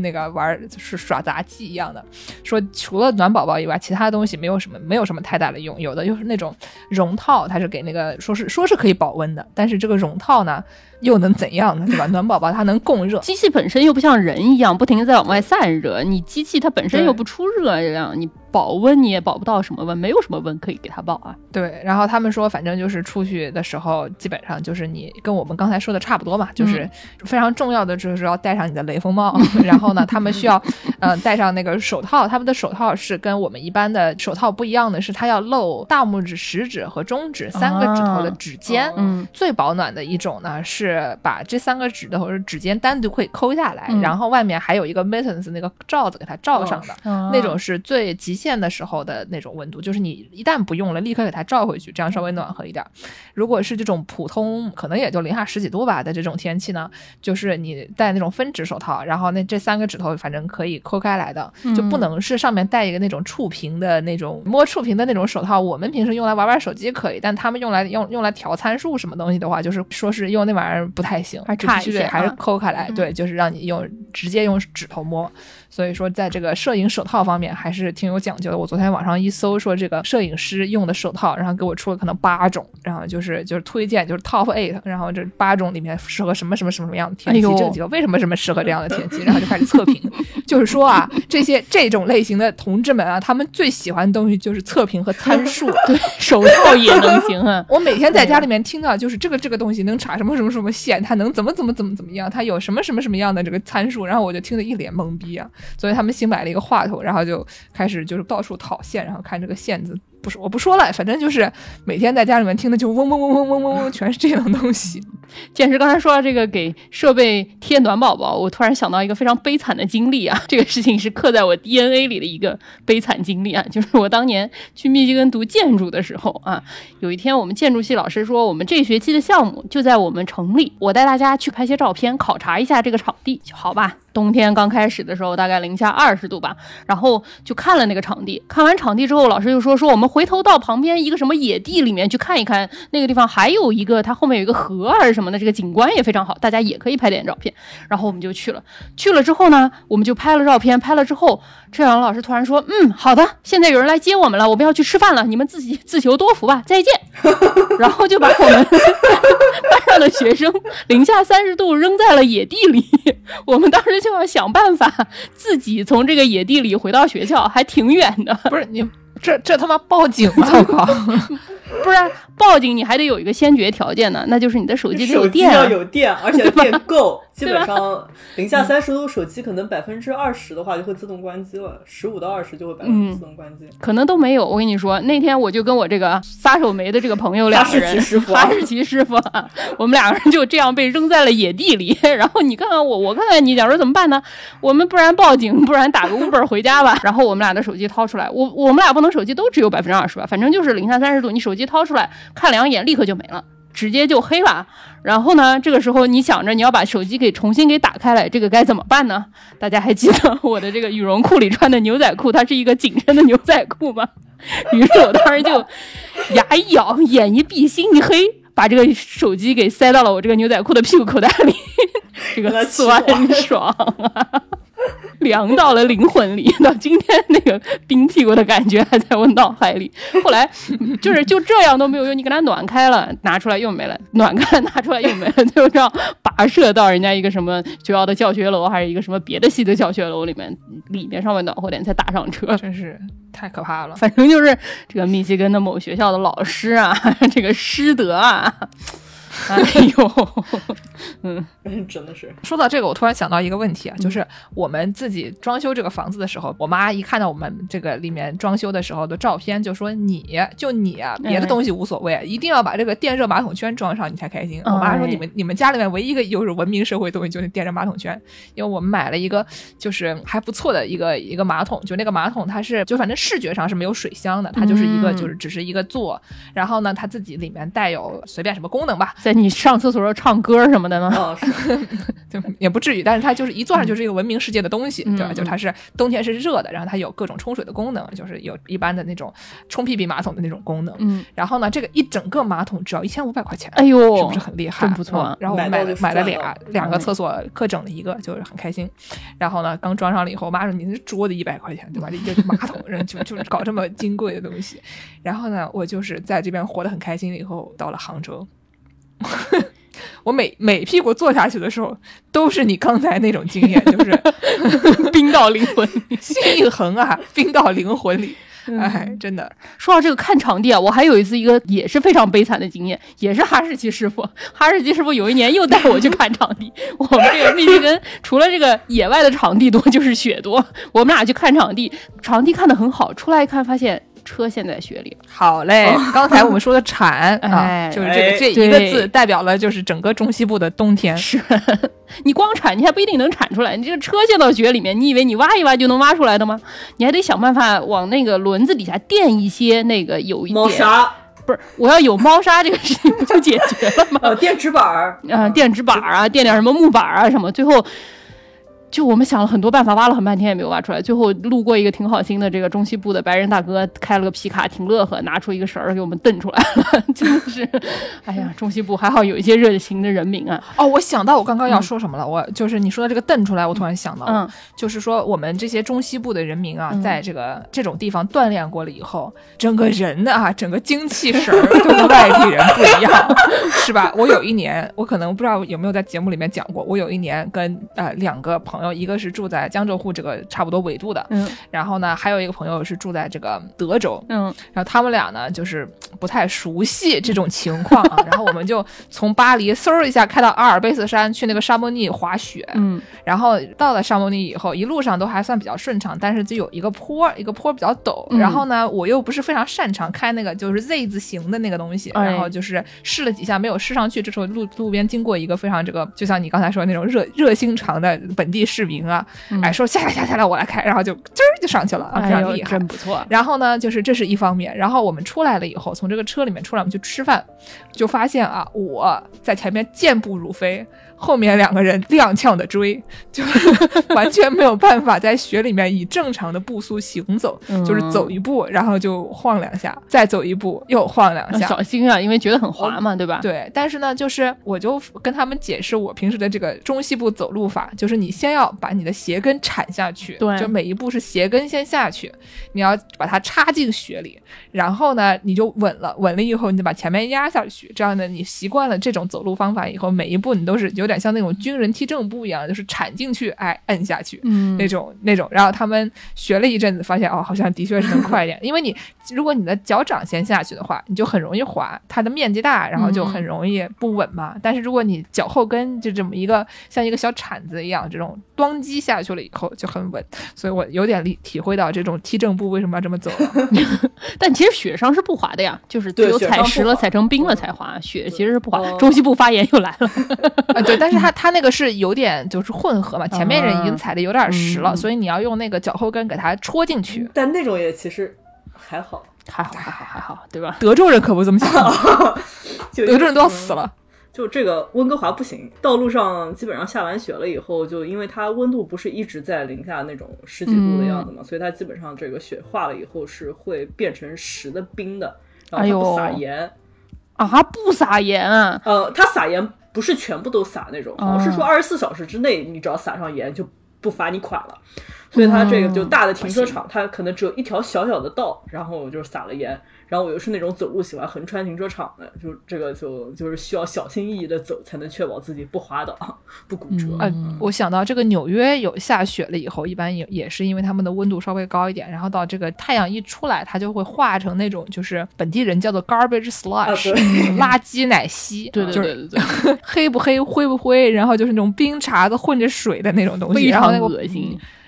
Speaker 2: 那个玩是耍杂技一样的，说除了暖宝宝以外，其他东西没有什么没有什么太大的用。有的就是那种绒套，它是给那个说是说是可以保温的，但是这个绒套呢又能怎样呢，对吧？暖宝宝它能供热，
Speaker 3: 机器本身又不像人一样不停地在往外散热，你机器它本身又不出热量，你保温你也保不到什么温，没有什么温可以给它保啊。
Speaker 2: 对，然后他们说反正就是出去的时候基本上就是你跟我们刚才说的差不多嘛，就是非常重要的就是要戴上你的雷锋帽然后呢他们需要呃戴上那个手套，他们的手套是跟我们一般的手套不一样的，是它要露大拇指、食指和中指三个指头的指尖、
Speaker 3: 啊嗯、
Speaker 2: 最保暖的一种呢是把这三个指头指尖单独会抠下来、
Speaker 3: 嗯、
Speaker 2: 然后外面还有一个 mittens 那个罩子给它罩上的、
Speaker 3: 哦、
Speaker 2: 那种是最极限的时候的那种温度，就是你一旦不用了立刻给它罩回去，这样稍微暖和一点。如果是这种普通可能也就零下十几度吧的这种天气呢，就是你戴那种分指手套，然后那这三个指头反正可以抠开来的，就不能是上面带一个那种触屏的那种摸触屏的那种手套。我们平时用来玩玩手机可以，但他们用来用用来调参数什么东西的话，就是说是用那玩意儿不太行，
Speaker 3: 还差一些、啊、
Speaker 2: 还是抠开来、嗯、对，就是让你用直接用指头摸。所以说在这个摄影手套方面还是挺有讲究的。我昨天网上一搜说这个摄影师用的手套，然后给我出了可能八种，然后就是就是推荐就是 top eight， 然后这八种里面适合什么什么什么什么样的天气、哎、这几个为什么什么适合这样的天气，然后就开始测评就是说啊这些这种类型的同志们啊，他们最喜欢的东西就是测评和参数
Speaker 3: 对，手套也能行啊
Speaker 2: 我每天在家里面听到就是这个这个东西能插什么什么什么线，它能怎么怎么怎么怎么样，它有什么什么什么样的这个参数，然后我就听得一脸懵逼啊。所以他们新买了一个话筒，然后就开始就是到处讨线，然后看这个线子，不是我不说了，反正就是每天在家里面听的就嗡嗡嗡嗡嗡嗡嗡，全是这样东西。
Speaker 3: 建师刚才说到这个给设备贴暖宝宝，我突然想到一个非常悲惨的经历啊，这个事情是刻在我 D N A 里的一个悲惨经历啊，就是我当年去密西根读建筑的时候啊，有一天我们建筑系老师说我们这学期的项目就在我们城里，我带大家去拍些照片考察一下这个场地，好吧，冬天刚开始的时候大概零下二十度吧，然后就看了那个场地，看完场地之后老师就说说我们回头到旁边一个什么野地里面去看一看，那个地方还有一个它后面有一个河还是什么的，这个景观也非常好，大家也可以拍点照片。然后我们就去了，去了之后呢我们就拍了照片，拍了之后车阳老师突然说嗯好的，现在有人来接我们了，我们要去吃饭了，你们自己自求多福吧，再见然后就把我们班上的学生零下三十度扔在了野地里，我们当时就要想办法自己从这个野地里回到学校，还挺远的。
Speaker 2: 不是你这这他妈报警吗？糟糕
Speaker 3: 不然报警你还得有一个先决条件呢，那就是你的手机得有电、
Speaker 4: 啊、手机要有电，而且电够基本上零下三十度手机可能百分之二十的话就会自动关机了，十五到二十就会百分之自动关机、嗯、
Speaker 3: 可能都没有。我跟你说那天我就跟我这个撒手煤的这个朋友两个人，
Speaker 4: 哈士奇师傅
Speaker 3: 哈士奇师傅我们两个人就这样被扔在了野地里，然后你看看我我看看你，假如怎么办呢？我们不然报警，不然打个 Uber 回家吧然后我们俩的手机掏出来，我我们俩不能手机都只有百分之二十吧，反正就是零下三十度，你手机掏出来看两眼立刻就没了，直接就黑了。然后呢这个时候你想着你要把手机给重新给打开来，这个该怎么办呢？大家还记得我的这个羽绒裤里穿的牛仔裤它是一个紧身的牛仔裤吗？于是我当时就牙一咬，眼一闭，心一黑，把这个手机给塞到了我这个牛仔裤的屁股口袋里这个酸爽啊凉到了灵魂里，到今天那个冰屁股的感觉还在我脑海里。后来就是就这样都没有用，你给它暖开了拿出来又没了，暖开了拿出来又没了，就这样跋涉到人家一个什么学校的教学楼还是一个什么别的系的教学楼里面，里面稍微暖和点才打上车，
Speaker 2: 真是太可怕了。
Speaker 3: 反正就是这个密西根的某学校的老师啊，这个师德啊哎呦
Speaker 4: 嗯，真的是。
Speaker 2: 说到这个我突然想到一个问题啊，就是我们自己装修这个房子的时候，我妈一看到我们这个里面装修的时候的照片就说你就你啊，别的东西无所谓、嗯、一定要把这个电热马桶圈装上你才开心、嗯、我妈说你们你们家里面唯一一个就是文明社会东西就是电热马桶圈，因为我们买了一个就是还不错的一个一个马桶，就那个马桶它是就反正视觉上是没有水箱的，它就是一个、嗯、就是只是一个座，然后呢它自己里面带有随便什么功能吧，
Speaker 3: 在你上厕所时候唱歌什么的吗？
Speaker 4: 哦，是，
Speaker 2: 就也不至于，但是它就是一坐上就是一个闻名世界的东西，
Speaker 3: 嗯、
Speaker 2: 对吧？
Speaker 3: 嗯、
Speaker 2: 就它是冬天是热的，然后它有各种冲水的功能，就是有一般的那种冲屁屁马桶的那种功能。
Speaker 3: 嗯，
Speaker 2: 然后呢，这个一整个马桶只要一千五百块钱，
Speaker 3: 哎呦，
Speaker 2: 是不是很厉害？
Speaker 3: 真不错、啊
Speaker 2: 嗯。然后我们买了买了俩两个
Speaker 3: 嗯
Speaker 2: 厕所，各整了一个，就是很开心。然后呢，刚装上了以后，我妈说你那桌子一百块钱，对吧？这个马桶人就就是搞这么金贵的东西。然后呢，我就是在这边活得很开心了以后，到了杭州。我每每屁股坐下去的时候，都是你刚才那种经验，就是
Speaker 3: 冰到灵魂里，
Speaker 2: 心一横啊，冰到灵魂里。哎，真的。
Speaker 3: 说到这个看场地啊，我还有一次一个也是非常悲惨的经验，也是哈士奇师傅。哈士奇师傅有一年又带我去看场地。我们这个密西根除了这个野外的场地多，就是雪多。我们俩去看场地，场地看得很好，出来一看发现车陷在雪里。
Speaker 2: 好嘞，哦、刚才我们说的铲啊，
Speaker 3: 哎、
Speaker 2: 就是这个这一个字代表了就是整个中西部的冬天。
Speaker 3: 是，你光铲你还不一定能铲出来，你这个车陷到雪里面，你以为你挖一挖就能挖出来的吗？你还得想办法往那个轮子底下垫一些那个有一点
Speaker 4: 猫砂。
Speaker 3: 不是，我要有猫砂这个事情不就解决了吗？
Speaker 4: 呃，垫纸板儿，
Speaker 3: 啊，垫纸板啊，垫点什么木板啊什么，最后。就我们想了很多办法，挖了很半天也没有挖出来。最后路过一个挺好心的这个中西部的白人大哥，开了个皮卡，挺乐呵，拿出一个绳儿给我们蹬出来了。真的是，哎呀，中西部还好有一些热情的人民啊。
Speaker 2: 哦，我想到我刚刚要说什么了，嗯、我就是你说的这个蹬出来，我突然想到了，
Speaker 3: 嗯、
Speaker 2: 就是说我们这些中西部的人民啊，嗯、在这个这种地方锻炼过了以后，整个人的啊，整个精气神儿都跟外地人不一样，是吧？我有一年，我可能不知道有没有在节目里面讲过，我有一年跟呃两个朋友。一个是住在江浙沪这个差不多纬度的，
Speaker 3: 嗯，
Speaker 2: 然后呢，还有一个朋友是住在这个德州，
Speaker 3: 嗯，
Speaker 2: 然后他们俩呢就是不太熟悉这种情况啊，然后我们就从巴黎嗖一下开到阿尔卑斯山去那个沙漠尼滑雪，
Speaker 3: 嗯，
Speaker 2: 然后到了沙漠尼以后，一路上都还算比较顺畅，但是就有一个坡，一个坡比较陡，
Speaker 3: 嗯、
Speaker 2: 然后呢，我又不是非常擅长开那个就是 Z 字形的那个东西，
Speaker 3: 哎、
Speaker 2: 然后就是试了几下没有试上去，这时候路路边经过一个非常这个，就像你刚才说的那种热热心肠的本地市民啊。
Speaker 3: 嗯、
Speaker 2: 哎，说下来下来我来开，然后就吱儿就上去了啊，非常厉害，
Speaker 3: 哎、真不错。
Speaker 2: 然后呢，就是这是一方面，然后我们出来了以后，从这个车里面出来，我们去吃饭，就发现啊，我在前面健步如飞，后面两个人踉跄的追，就完全没有办法在雪里面以正常的步速行走，
Speaker 3: 嗯、
Speaker 2: 就是走一步，然后就晃两下，再走一步又晃两下，
Speaker 3: 小心啊，因为觉得很滑嘛，对吧？
Speaker 2: 对，但是呢，就是我就跟他们解释我平时的这个中西部走路法，就是你先要把你的鞋跟铲下去，
Speaker 3: 对，
Speaker 2: 就每一步是鞋跟先下去，你要把它插进雪里，然后呢，你就稳了，稳了以后你就把前面压下去，这样呢，你习惯了这种走路方法以后，每一步你都是有点像那种军人踢正步一样，就是铲进去，哎，摁下去，
Speaker 3: 嗯，
Speaker 2: 那种那种，然后他们学了一阵子，发现哦，好像的确是能快一点，因为你如果你的脚掌先下去的话，你就很容易滑，它的面积大，然后就很容易不稳嘛。嗯、但是如果你脚后跟就这么一个像一个小铲子一样，这种咣击下去了以后就很稳，所以我有点体体会到这种踢正步为什么要这么走了。
Speaker 3: 但其实雪上是不滑的呀，就是只有踩实了、踩成冰了才滑，雪其实是不滑。中西部发言又来了
Speaker 2: 啊，对，但是它它那个是有点就是混合嘛，前面人已经踩的有点实了，嗯、所以你要用那个脚后跟给它戳进去。
Speaker 4: 但那种也其实还好，
Speaker 3: 还好，还好，还好，对吧？
Speaker 2: 德州人可不这么想，德州人都要死了。
Speaker 4: 就这个温哥华不行，道路上基本上下完雪了以后，就因为它温度不是一直在零下那种十几度的样子嘛，嗯、所以它基本上这个雪化了以后是会变成实的冰的，然后它不撒盐、
Speaker 3: 哎、啊，不撒盐啊？
Speaker 4: 呃，它撒盐不是全部都撒那种，好像是说二十四小时之内你只要撒上盐就不罚你款了。所以它这个就大的停车场，嗯、它可能只有一条小小的道，然后我就撒了盐。然后我又是那种走路喜欢横穿停车场的，就这个就就是需要小心翼翼的走，才能确保自己不滑倒、不骨折。
Speaker 2: 嗯呃、我想到这个纽约有下雪了以后，一般也也是因为他们的温度稍微高一点，然后到这个太阳一出来，它就会化成那种就是本地人叫做 garbage slush，、啊、垃圾奶昔。
Speaker 3: 对对对对对，
Speaker 2: 就是、黑不黑灰不灰，然后就是那种冰碴子混着水的那种东西，
Speaker 3: 非常
Speaker 2: 然后那个
Speaker 3: 恶心。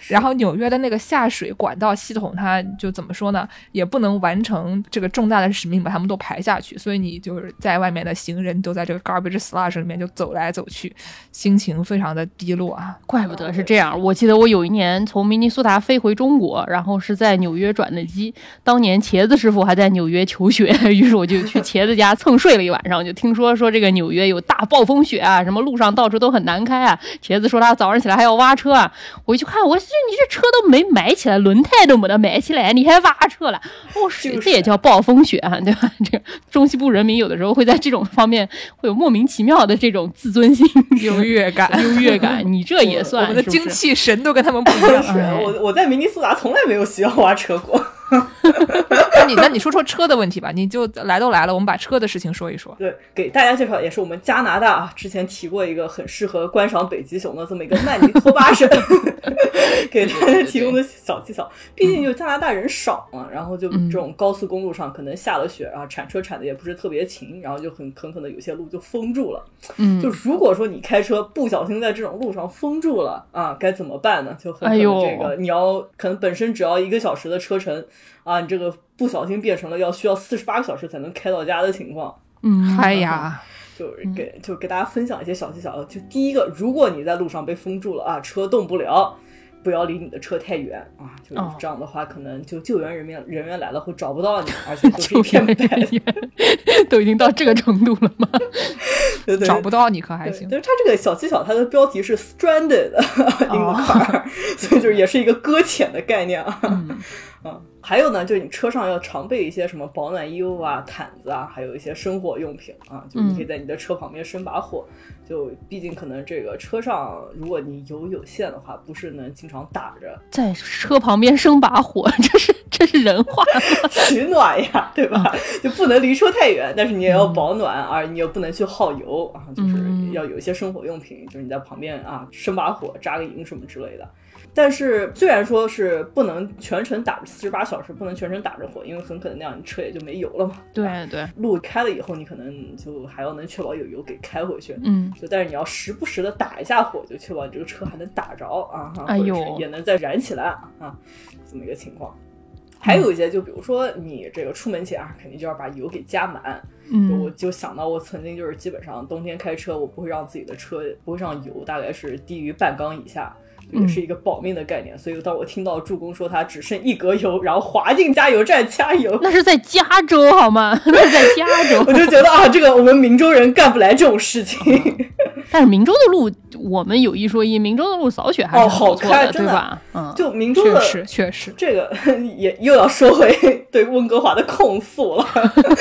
Speaker 2: 然后纽约的那个下水管道系统，它就怎么说呢，也不能完成这个重大的使命，把他们都排下去，所以你就是在外面的行人都在这个 garbage slush 里面就走来走去，心情非常的低落啊。
Speaker 3: 怪不得是这样。我记得我有一年从明尼苏达飞回中国，然后是在纽约转的机，当年茄子师傅还在纽约求学，于是我就去茄子家蹭睡了一晚上，就听说说这个纽约有大暴风雪啊，什么路上到处都很难开啊。茄子说他早上起来还要挖车啊，我一去看，我说你这车都没埋起来，轮胎都没得埋起来，你还挖车了？哦，是这也叫暴风雪啊，对吧？这个中西部人民有的时候会在这种方面会有莫名其妙的这种自尊心、
Speaker 2: 优越感、
Speaker 3: 优越感。你这也算
Speaker 2: 我们的精气神都跟他们不一样。
Speaker 4: 是我我在明尼苏达从来没有需要挖车过。
Speaker 2: 那你那你说说车的问题吧，你就来都来了，我们把车的事情说一说。
Speaker 4: 对，给大家介绍也是我们加拿大啊，之前提过一个很适合观赏北极熊的这么一个曼尼托巴省，给大家提供的小技巧。毕竟就加拿大人少嘛，然后就这种高速公路上可能下了雪啊，铲车铲的也不是特别勤，然后就很很可能有些路就封住了。嗯，就如果说你开车不小心在这种路上封住了啊，该怎么办呢？就很可能这个、哎、你要可能本身只要一个小时的车程。啊，你这个不小心变成了要需要四十八个小时才能开到家的情况。
Speaker 2: 嗯，哎呀，
Speaker 4: 就是给就给大家分享一些小技巧。就第一个，如果你在路上被封住了啊，车动不了，不要离你的车太远啊，就是这样的话，可能就救援人员人员来了会找不到你，而且都是一片白的。
Speaker 3: 都已经到这个程度了吗？
Speaker 2: 对对，找不到你可还行。
Speaker 4: 对，它这个小技巧，它的标题是 stranded in the car，、哦、所以就是也是一个搁浅的概念啊。嗯嗯，还有呢，就是你车上要常备一些什么保暖衣物啊、毯子啊，还有一些生火用品啊，就你可以在你的车旁边生把火。嗯、就毕竟可能这个车上，如果你油有限的话，不是能经常打着，
Speaker 3: 在车旁边生把火，这是这是人话
Speaker 4: 取暖呀，对吧？就不能离车太远，但是你也要保暖，而、嗯、你又不能去耗油啊，就是要有一些生火用品，就是你在旁边啊生把火、扎个营什么之类的。但是虽然说是不能全程打着四十八小时，不能全程打着火，因为很可能那样你车也就没油了嘛。
Speaker 3: 对对，
Speaker 4: 路开了以后，你可能就还要能确保有油给开回去。
Speaker 3: 嗯，
Speaker 4: 就但是你要时不时的打一下火，就确保你这个车还能打着啊，
Speaker 3: 哎呦，
Speaker 4: 或者是也能再燃起来啊，这么一个情况。还有一些，就比如说你这个出门前啊，肯定就要把油给加满。嗯，我就想到我曾经就是基本上冬天开车，我不会让自己的车不会让油大概是低于半缸以下。也是一个保命的概念、嗯、所以当我听到助攻说他只剩一格油，然后滑进加油站加油，
Speaker 3: 那是在加州好吗？那是在加州
Speaker 4: 我就觉得啊，这个我们明州人干不来这种事情、嗯、
Speaker 3: 但是明州的路我们有一说一，明州的路扫雪还是
Speaker 4: 不错的、哦、好开，
Speaker 3: 对吧？嗯，
Speaker 4: 就明州的
Speaker 2: 确实确实
Speaker 4: 这个也又要说回对温哥华的控诉了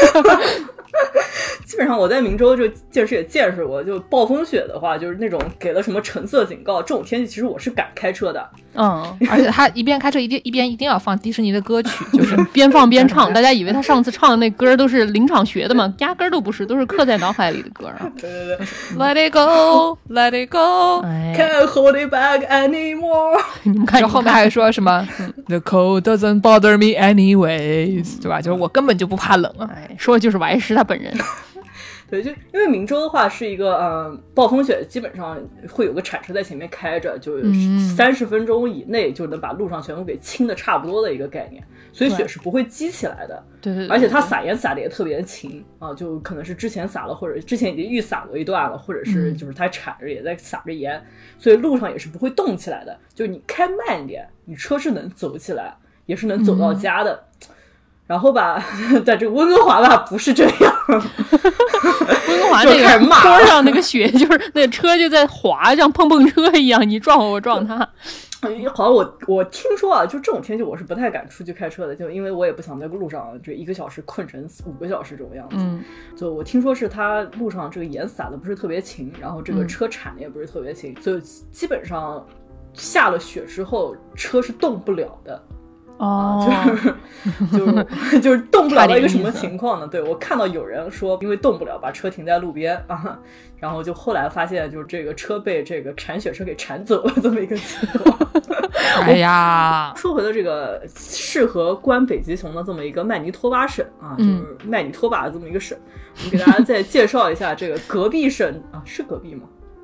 Speaker 4: 基本上我在明州就见识也见识过，就暴风雪的话，就是那种给了什么橙色警告，这种天气其实我是敢开车的。
Speaker 3: 嗯，
Speaker 2: 而且他一边开车一边一边一定要放迪士尼的歌曲，就是
Speaker 3: 边放边唱。大家以为他上次唱的那歌都是临场学的吗？压根儿都不是，都是刻在脑海里的歌啊。
Speaker 4: 对对对
Speaker 2: ，Let it go, Let it go,
Speaker 4: Can't hold it back anymore。
Speaker 3: 你们看，
Speaker 2: 然后后面还说什么 The cold doesn't bother me anyways， 对吧？就是我根本就不怕冷啊。
Speaker 3: 哎，说的就是王石他本人。
Speaker 4: 对，就因为明州的话是一个嗯，暴风雪基本上会有个铲车在前面开着，就三十分钟以内就能把路上全部给清的差不多的一个概念，所以雪是不会积起来的。
Speaker 3: 对对对，
Speaker 4: 而且它撒盐撒的也特别勤啊，就可能是之前撒了，或者之前已经预撒过一段了，或者是就是它铲着也在撒着盐，所以路上也是不会动起来的。就你开慢一点，你车是能走起来，也是能走到家的。嗯，然后吧，在这个温哥华吧，不是这样。
Speaker 3: 温哥华那个坡上那个雪，就是那个车就在滑，像碰碰车一样，你撞我，我撞他。
Speaker 4: 好像我我听说啊，就这种天气我是不太敢出去开车的，就因为我也不想在路上这一个小时困成五个小时这种样子。嗯，就我听说是他路上这个盐撒的不是特别勤，然后这个车铲的也不是特别勤，嗯，所以基本上下了雪之后车是动不了的。
Speaker 3: 哦，
Speaker 4: 啊，就是就是就是动不了到一个什么情况呢？对，我看到有人说因为动不了把车停在路边啊，然后就后来发现就是这个车被这个铲雪车给铲走了这么一个情况。
Speaker 2: 哎呀，
Speaker 4: 说回了这个适合观北极熊的这么一个曼尼托巴省啊，就是曼尼托巴这么一个省，我们给大家再介绍一下这个隔壁省啊，是隔壁吗？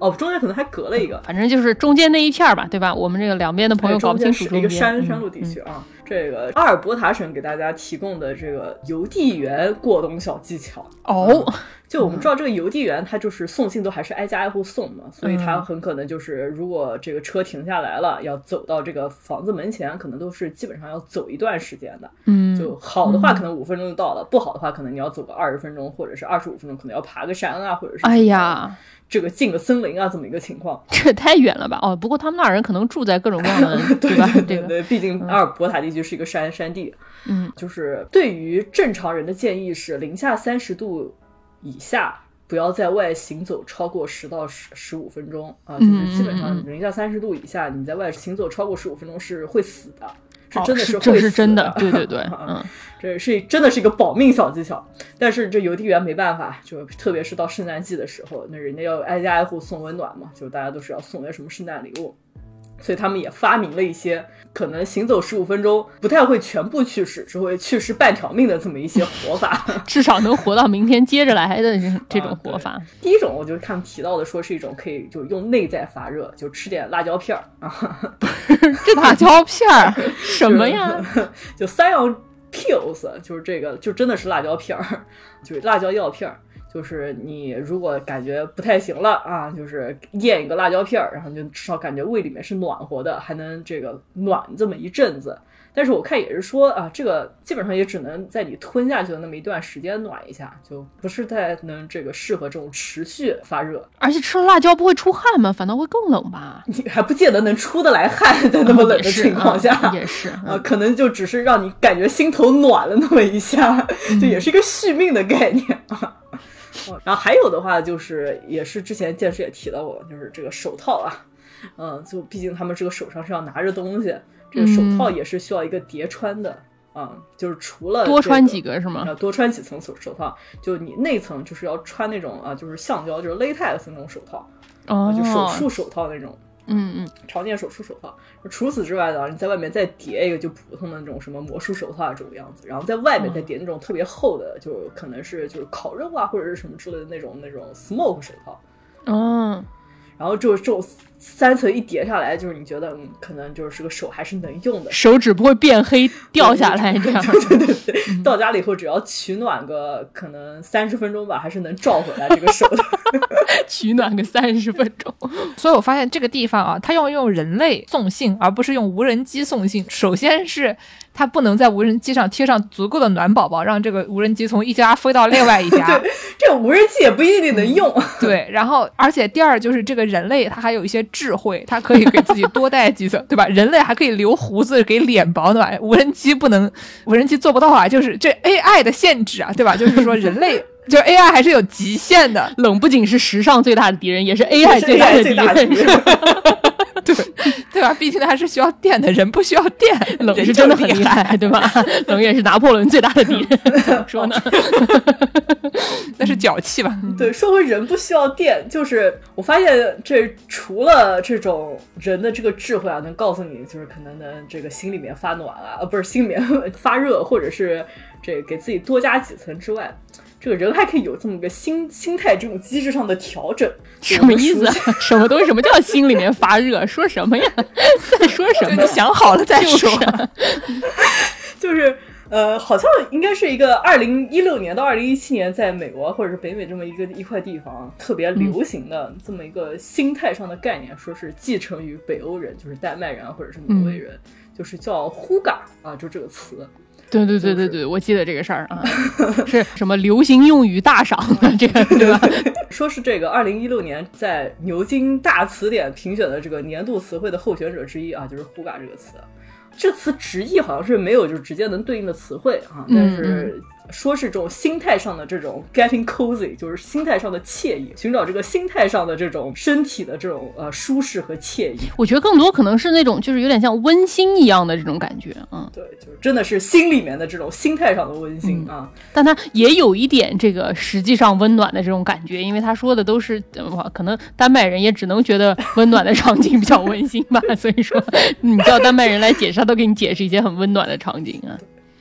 Speaker 4: 哦，中间可能还隔了一个，
Speaker 3: 反正就是中间那一片吧，对吧？我们这个两边的朋友搞不清楚中间
Speaker 4: 一个山山路地区啊。嗯嗯这个阿尔伯塔省给大家提供的这个邮递员过冬小技巧
Speaker 3: 哦、
Speaker 4: 嗯，就我们知道这个邮递员他就是送信都还是挨家挨户送嘛，所以他很可能就是如果这个车停下来了，要走到这个房子门前，可能都是基本上要走一段时间的。
Speaker 3: 嗯，
Speaker 4: 就好的话可能五分钟就到了，嗯、不好的话可能你要走个二十分钟，或者是二十五分钟，可能要爬个山啊，或者是
Speaker 3: 哎呀。
Speaker 4: 这个进个森林啊，这么一个情况，
Speaker 3: 这太远了吧？哦，不过他们那儿人可能住在各种各样的，
Speaker 4: 对
Speaker 3: 吧？
Speaker 4: 对对对，毕竟阿尔伯塔地区是一个山、嗯、山地，
Speaker 3: 嗯，
Speaker 4: 就是对于正常人的建议是零下三十度以下，不要在外行走超过十到十十五分钟啊，就是基本上零下三十度以下，你在外行走超过十五分钟是会死的。是真的是会死的、哦、
Speaker 3: 这是真的，对对对，嗯，
Speaker 4: 这是真的是一个保命小技巧。但是这邮递员没办法，就特别是到圣诞季的时候，那人家要挨家挨户送温暖嘛，就大家都是要送点什么圣诞礼物，所以他们也发明了一些可能行走十五分钟不太会全部去世，只会去世半条命的这么一些活法，
Speaker 3: 至少能活到明天接着来的这种活法。
Speaker 4: 啊、第一种我就看提到的说是一种可以就用内在发热，就吃点辣椒片啊，
Speaker 3: 这辣椒片儿什么呀？
Speaker 4: 就三样 pills， 就是这个就真的是辣椒片儿，就是辣椒药片儿。就是你如果感觉不太行了啊，就是咽一个辣椒片，然后就至少感觉胃里面是暖和的，还能这个暖这么一阵子。但是我看也是说啊，这个基本上也只能在你吞下去的那么一段时间暖一下，就不是太能这个适合这种持续发热。
Speaker 3: 而且吃了辣椒不会出汗吗？反倒会更冷吧？
Speaker 4: 你还不见得能出得来汗，在那么冷的情况下，
Speaker 3: 哦、也是、
Speaker 4: 嗯、啊，可能就只是让你感觉心头暖了那么一下，
Speaker 3: 嗯、
Speaker 4: 就也是一个续命的概念啊。然后还有的话就是也是之前剑师也提到过，就是这个手套啊，嗯，就毕竟他们这个手上是要拿着东西，这个手套也是需要一个叠穿的啊、嗯，就是除了、这个、
Speaker 3: 多穿几个是吗？
Speaker 4: 要多穿几层手手套，就你内层就是要穿那种啊，就是橡胶，就是 latex 那种手套，
Speaker 3: 哦，
Speaker 4: 就手术手套那种。
Speaker 3: 嗯嗯，
Speaker 4: 常见手术手套。除此之外呢，你在外面再叠一个就普通的那种什么魔术手套这种样子，然后在外面再叠那种特别厚的，嗯、就可能是就是烤肉啊或者是什么之类的那种那种 smoke 手套。
Speaker 3: 嗯，
Speaker 4: 然后就这种三层一叠下来，就是你觉得嗯，可能就是这个手还是能用的，
Speaker 3: 手指不会变黑掉下来这样。
Speaker 4: 对对对对，嗯、到家了以后只要取暖个可能三十分钟吧，还是能照回来这个手的。
Speaker 3: 取暖个三十分钟。
Speaker 2: 所以我发现这个地方啊，它要用人类送信，而不是用无人机送信。首先是它不能在无人机上贴上足够的暖宝宝，让这个无人机从一家飞到另外一家。
Speaker 4: 对，这个无人机也不一定能用。嗯、
Speaker 2: 对，然后而且第二就是这个人类他还有一些智慧，他可以给自己多带几层，对吧？人类还可以留胡子给脸保暖，无人机不能，无人机做不到啊，就是这 A I 的限制啊，对吧？就是说人类。就 A I 还是有极限的，
Speaker 3: 冷不仅是时尚最大的敌人，也是 A I 最大的敌人，是吧？
Speaker 2: 对对吧？毕竟它还是需要电的，人不需要电，
Speaker 3: 冷是真的很厉害，对吧？冷也是拿破仑最大的敌人，怎么说呢？
Speaker 2: 那是脚气吧？
Speaker 4: 对，说回人不需要电，就是我发现这除了这种人的这个智慧啊，能告诉你就是可能能这个心里面发暖啊，呃，不是心里面发热，或者是这个给自己多加几层之外。这个人还可以有这么个心心态这种机制上的调整，
Speaker 3: 什么意思？什么东西？什么叫心里面发热？说什么呀？在说什么？
Speaker 2: 你想好了再说。
Speaker 4: 就是呃，好像应该是一个二零一六年到二零一七年在美国或者是北美这么一个一块地方特别流行的这么一个心态上的概念，说是继承于北欧人，就是丹麦人或者是挪威人，嗯、就是叫 Hygge 啊，就这个词。
Speaker 3: 对对对对对，我记得这个事儿啊，是什么流行用语大赏的这个对吧？
Speaker 4: 说是这个二零一六年在牛津大词典评选的这个年度词汇的候选者之一啊，就是 Hygge 这个词。这词直译好像是没有就是直接能对应的词汇啊，但是说是这种心态上的这种 getting cozy， 就是心态上的惬意，寻找这个心态上的这种身体的这种呃舒适和惬意。
Speaker 3: 我觉得更多可能是那种就是有点像温馨一样的这种感觉，嗯，
Speaker 4: 对，就是真的是心里面的这种心态上的温馨、嗯、啊。
Speaker 3: 但它也有一点这个实际上温暖的这种感觉，因为他说的都是、呃、可能丹麦人也只能觉得温暖的场景比较温馨吧，所以说你叫丹麦人来解释，他都给你解释一些很温暖的场景啊。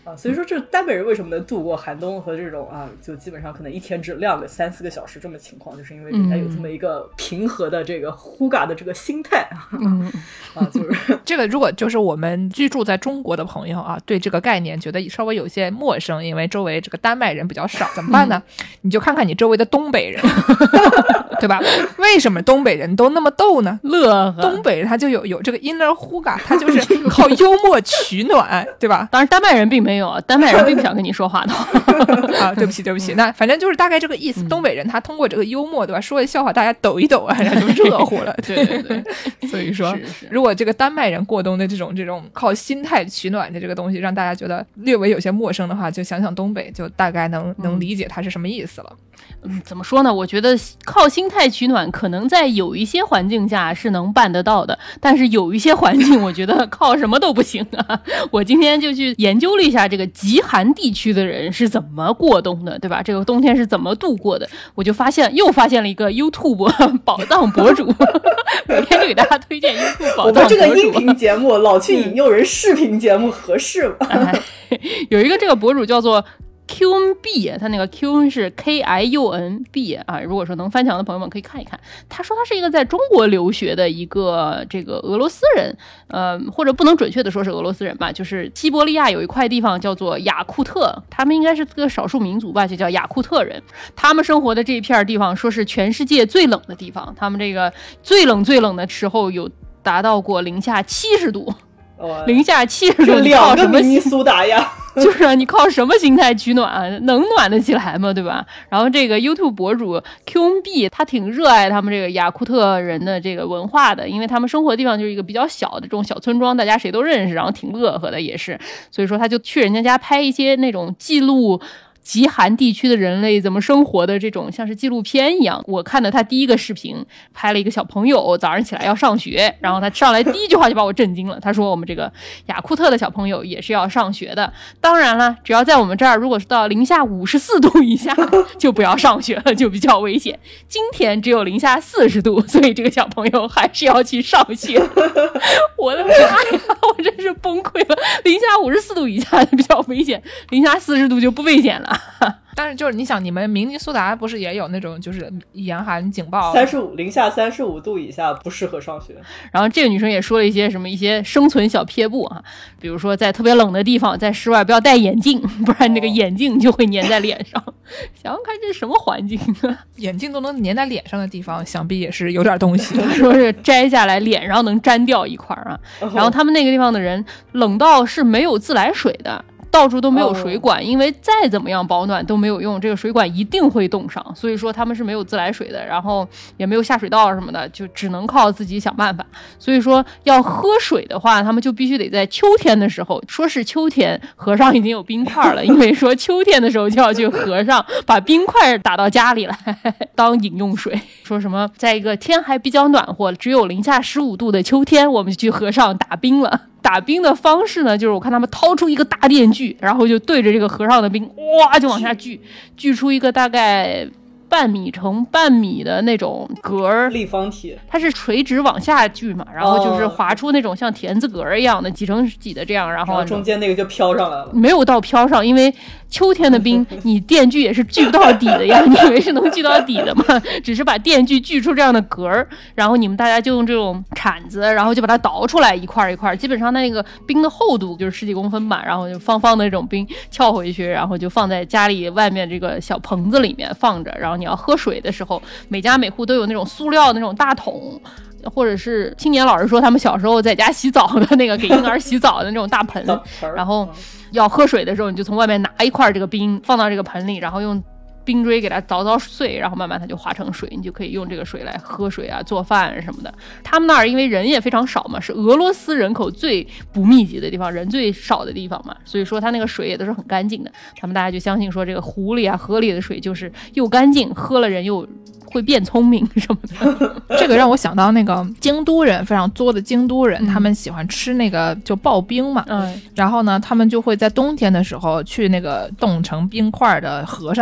Speaker 4: 啊，所以说这丹麦人为什么能度过寒冬和这种啊，就基本上可能一天只亮个三四个小时这么情况，就是因为人家有这么一个平和的这个呼嘎的这个心态啊，嗯、啊，就是
Speaker 2: 这个如果就是我们居住在中国的朋友啊，对这个概念觉得稍微有些陌生，因为周围这个丹麦人比较少，怎么办呢？嗯、你就看看你周围的东北人，对吧？为什么东北人都那么逗呢？
Speaker 3: 乐呵，
Speaker 2: 东北人他就有有这个 inner 呼嘎，他就是靠幽默取暖，对吧？
Speaker 3: 当然丹麦人并没有，丹麦人并不想跟你说话的
Speaker 2: 啊，对不起对不起，那反正就是大概这个意思。嗯、东北人他通过这个幽默，对吧？说个笑话大家抖一抖啊，然后就热乎了。对对对，所以说
Speaker 3: 是是如
Speaker 2: 果这个丹麦人过冬的这种这种靠心态取暖的这个东西让大家觉得略微有些陌生的话，就想想东北，就大概能、嗯、能理解它是什么意思了。
Speaker 3: 嗯，怎么说呢？我觉得靠心态取暖可能在有一些环境下是能办得到的，但是有一些环境我觉得靠什么都不行啊。我今天就去研究了一下这个极寒地区的人是怎么过冬的，对吧？这个冬天是怎么度过的，我就发现又发现了一个 YouTube 宝藏博主，每天就给大家推荐 YouTube 宝藏博主。
Speaker 4: 我们这个音频节目老去引诱人视频节目合适吗？
Speaker 3: 哎、有一个这个博主叫做Q N B， 他那个 Q N 是 K I U N B 啊，如果说能翻墙的朋友们可以看一看。他说他是一个在中国留学的一个这个俄罗斯人，呃，或者不能准确的说是俄罗斯人吧，就是西伯利亚有一块地方叫做雅库特，他们应该是个少数民族吧，就叫雅库特人。他们生活的这一片地方说是全世界最冷的地方，他们这个最冷最冷的时候有达到过零下七十度。零下七十度，
Speaker 4: 两个明尼苏达呀！
Speaker 3: 就是啊，你靠什么心态取暖？能暖得起来吗？对吧？然后这个 YouTube 博主 Q N B 他挺热爱他们这个雅库特人的这个文化的，因为他们生活的地方就是一个比较小的这种小村庄，大家谁都认识，然后挺乐呵的也是，所以说他就去人家家拍一些那种记录极寒地区的人类怎么生活的这种像是纪录片一样。我看的他第一个视频拍了一个小朋友早上起来要上学，然后他上来第一句话就把我震惊了，他说我们这个雅库特的小朋友也是要上学的，当然了只要在我们这儿如果是到零下五十四度以下就不要上学了，就比较危险。今天只有零下四十度，所以这个小朋友还是要去上学我的妈呀，我真是崩溃了，零下五十四度以下比较危险，零下四十度就不危险了。
Speaker 2: 但是就是你想，你们明尼苏达不是也有那种就是严寒警报，
Speaker 4: 三十五零下三十五度以下不适合上学。
Speaker 3: 然后这个女生也说了一些什么一些生存小撇步啊，比如说在特别冷的地方，在室外不要戴眼镜，不然那个眼镜就会粘在脸上。哦、想想看这是什么环境啊？
Speaker 2: 眼镜都能粘在脸上的地方，想必也是有点东西。
Speaker 3: 说是摘下来脸上能粘掉一块啊。然后他们那个地方的人冷到是没有自来水的。到处都没有水管，因为再怎么样保暖都没有用，这个水管一定会冻上，所以说他们是没有自来水的，然后也没有下水道什么的，就只能靠自己想办法。所以说要喝水的话，他们就必须得在秋天的时候，说是秋天河上已经有冰块了，因为说秋天的时候就要去河上把冰块打到家里来当饮用水。说什么在一个天还比较暖和，只有零下十五度的秋天，我们就去河上打冰了。打冰的方式呢，就是我看他们掏出一个大电锯，然后就对着这个河上的冰哇就往下锯，锯出一个大概半米乘半米的那种格儿，
Speaker 4: 立方体，
Speaker 3: 它是垂直往下锯嘛，然后就是划出那种像田字格一样的几乘几的这样，然后,
Speaker 4: 然后中间那个就飘上来了。
Speaker 3: 没有到飘上，因为秋天的冰你电锯也是锯不到底的呀，你以为是能锯到底的吗？只是把电锯锯出这样的格儿，然后你们大家就用这种铲子，然后就把它捣出来一块一块，基本上那个冰的厚度就是十几公分吧，然后就方方的这种冰撬回去，然后就放在家里外面这个小棚子里面放着，然后你要喝水的时候，每家每户都有那种塑料的那种大桶，或者是青年老师说他们小时候在家洗澡的那个给婴儿洗澡的那种大盆，然后要喝水的时候你就从外面拿一块这个冰放到这个盆里，然后用冰锥给它凿凿碎，然后慢慢它就化成水，你就可以用这个水来喝水啊、做饭什么的。他们那儿因为人也非常少嘛，是俄罗斯人口最不密集的地方，人最少的地方嘛，所以说它那个水也都是很干净的。他们大家就相信说这个湖里啊、河里的水就是又干净，喝了人又会变聪明什么的。
Speaker 2: 这个让我想到那个京都人，非常作的京都人、嗯、他们喜欢吃那个就刨冰嘛、嗯、然后呢他们就会在冬天的时候去那个冻成冰块的河上面挖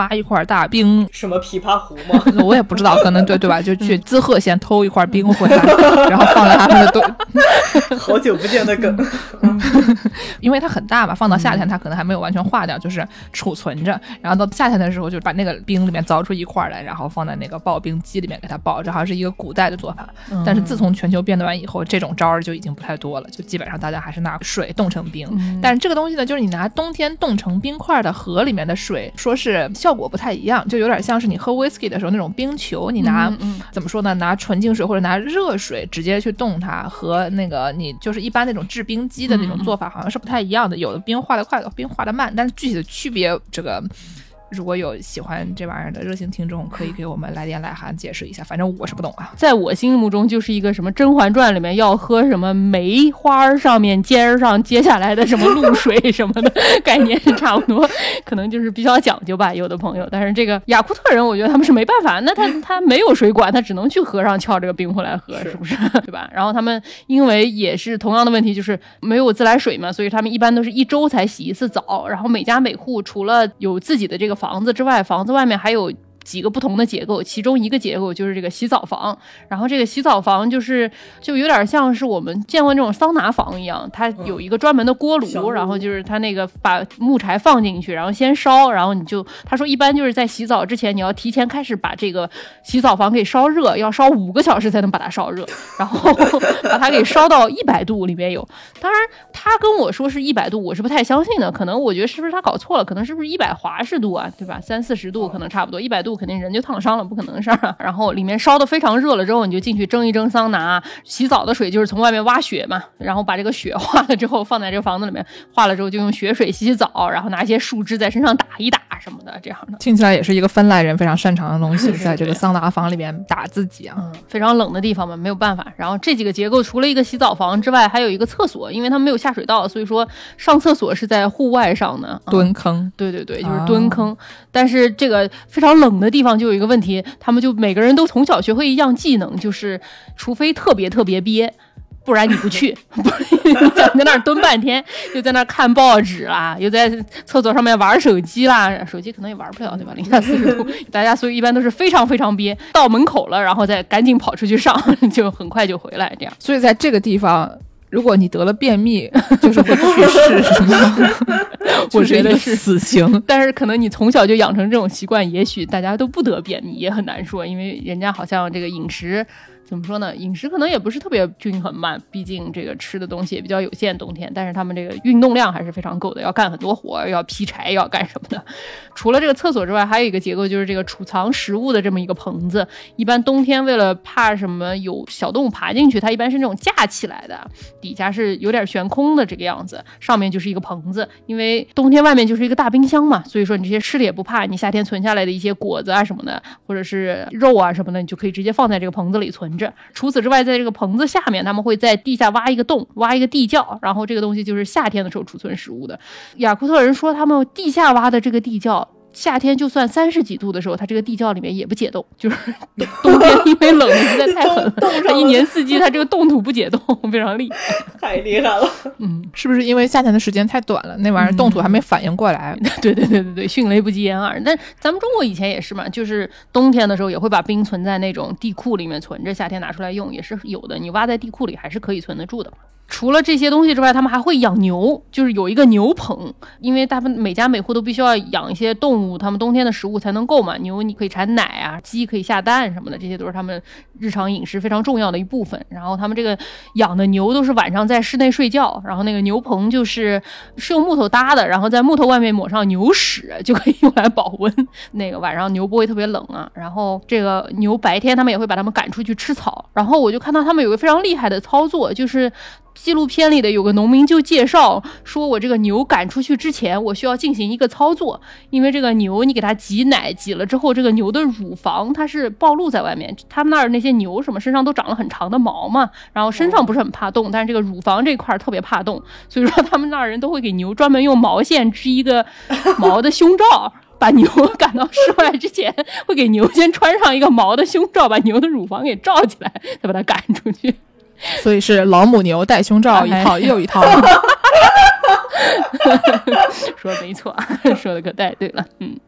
Speaker 2: 一块大冰，
Speaker 4: 什么琵琶湖吗？
Speaker 2: 我也不知道，可能对对吧？就去滋贺县偷一块冰回来，然后放在他们的堆。
Speaker 4: 好久不见的梗。
Speaker 2: 因为它很大嘛，放到夏天它可能还没有完全化掉，就是储存着，然后到夏天的时候就把那个冰里面凿出一块来，然后放在那个刨冰机里面给它刨，这好像是一个古代的做法。嗯、但是自从全球变暖以后，这种招儿就已经不太多了，就基本上大家还是拿水冻成冰。嗯、但是这个东西呢，就是你拿冬天冻成冰块的河里面的水，说是效果不太一样，就有点像是你喝 whisky 的时候那种冰球，你拿、嗯嗯、怎么说呢？拿纯净水或者拿热水直接去冻它，和那个你就是一般那种制冰机的那种做法好像是不太一样的，有的冰化得快，有的冰化得慢，但是具体的区别，这个如果有喜欢这玩意儿的热心听众，可以给我们来电来函解释一下，反正我是不懂啊。
Speaker 3: 在我心目中就是一个什么《甄嬛传》里面要喝什么梅花上面尖上接下来的什么露水什么的概念是差不多，可能就是比较讲究吧，有的朋友。但是这个雅库特人，我觉得他们是没办法，那他他没有水管，他只能去河上撬这个冰回来喝，是不是？对吧？然后他们因为也是同样的问题，就是没有自来水嘛，所以他们一般都是一周才洗一次澡。然后每家每户除了有自己的这个房子之外，房子外面还有几个不同的结构，其中一个结构就是这个洗澡房，然后这个洗澡房就是就有点像是我们见过那种桑拿房一样，它有一个专门的锅炉、嗯、然后就是它那个把木柴放进去，然后先烧，然后你就他说一般就是在洗澡之前你要提前开始把这个洗澡房给烧热，要烧五个小时才能把它烧热，然后把它给烧到一百度里面有。当然他跟我说是一百度，我是不太相信的，可能我觉得是不是他搞错了，可能是不是一百华氏度啊，对吧？三四十度可能差不多，一百度肯定人就烫伤了，不可能的事儿。然后里面烧得非常热了之后，你就进去蒸一蒸桑拿。洗澡的水就是从外面挖雪嘛，然后把这个雪化了之后放在这个房子里面，化了之后就用雪水洗洗澡，然后拿一些树枝在身上打一打什么的，这样的。
Speaker 2: 听起来也是一个芬兰人非常擅长的东西，在这个桑拿房里面打自己啊、
Speaker 3: 嗯，非常冷的地方嘛，没有办法。然后这几个结构除了一个洗澡房之外，还有一个厕所，因为它没有下水道，所以说上厕所是在户外上的、
Speaker 2: 嗯、蹲坑。
Speaker 3: 对对对，就是蹲坑、啊。但是这个非常冷的地方就有一个问题，他们就每个人都从小学会一样技能，就是除非特别特别憋，不然你不去，不然你在那儿蹲半天，又在那儿看报纸啦，又在厕所上面玩手机啦，手机可能也玩不了，对吧？零下四十度，大家所以一般都是非常非常憋，到门口了，然后再赶紧跑出去上，就很快就回来这样。
Speaker 2: 所以在这个地方，如果你得了便秘，就是会去世，是吗？
Speaker 3: 我觉得是
Speaker 2: 死刑。
Speaker 3: 但是可能你从小就养成这种习惯，也许大家都不得便秘，也很难说，因为人家好像这个饮食。怎么说呢？饮食可能也不是特别均衡嘛，毕竟这个吃的东西也比较有限，冬天。但是他们这个运动量还是非常够的，要干很多活，要劈柴，要干什么的。除了这个厕所之外，还有一个结构就是这个储藏食物的这么一个棚子。一般冬天为了怕什么有小动物爬进去，它一般是那种架起来的，底下是有点悬空的这个样子，上面就是一个棚子。因为冬天外面就是一个大冰箱嘛，所以说你这些吃的也不怕，你夏天存下来的一些果子啊什么的，或者是肉啊什么的，你就可以直接放在这个棚子里存着。除此之外，在这个棚子下面他们会在地下挖一个洞，挖一个地窖，然后这个东西就是夏天的时候储存食物的。雅库特人说他们地下挖的这个地窖，夏天就算三十几度的时候，它这个地窖里面也不解冻，就是冬天因为冷的实在太狠了，它一年四季它这个冻土不解冻，非常厉害，
Speaker 4: 太厉害了。
Speaker 2: 嗯，是不是因为夏天的时间太短了，那玩意儿冻土还没反应过来？
Speaker 3: 嗯、对对对对对，迅雷不及掩耳。但咱们中国以前也是嘛，就是冬天的时候也会把冰存在那种地库里面存着，夏天拿出来用也是有的。你挖在地库里还是可以存得住的。除了这些东西之外，他们还会养牛，就是有一个牛棚，因为他们每家每户都必须要养一些动物，他们冬天的食物才能够嘛。牛你可以产奶啊，鸡可以下蛋什么的，这些都是他们日常饮食非常重要的一部分。然后他们这个养的牛都是晚上在室内睡觉，然后那个牛棚就是是用木头搭的，然后在木头外面抹上牛屎就可以用来保温，那个晚上牛不会特别冷啊。然后这个牛白天他们也会把他们赶出去吃草，然后我就看到他们有个非常厉害的操作，就是纪录片里的有个农民就介绍说，我这个牛赶出去之前，我需要进行一个操作，因为这个牛你给它挤奶，挤了之后，这个牛的乳房它是暴露在外面，他们那儿那些牛什么身上都长了很长的毛嘛，然后身上不是很怕冻，但是这个乳房这块特别怕冻，所以说他们那儿人都会给牛专门用毛线织一个毛的胸罩。把牛赶到室外之前，会给牛先穿上一个毛的胸罩，把牛的乳房给罩起来，再把它赶出去。
Speaker 2: 所以是老母牛戴胸罩一套又一套。
Speaker 3: 说的没错，说的可太对了。嗯，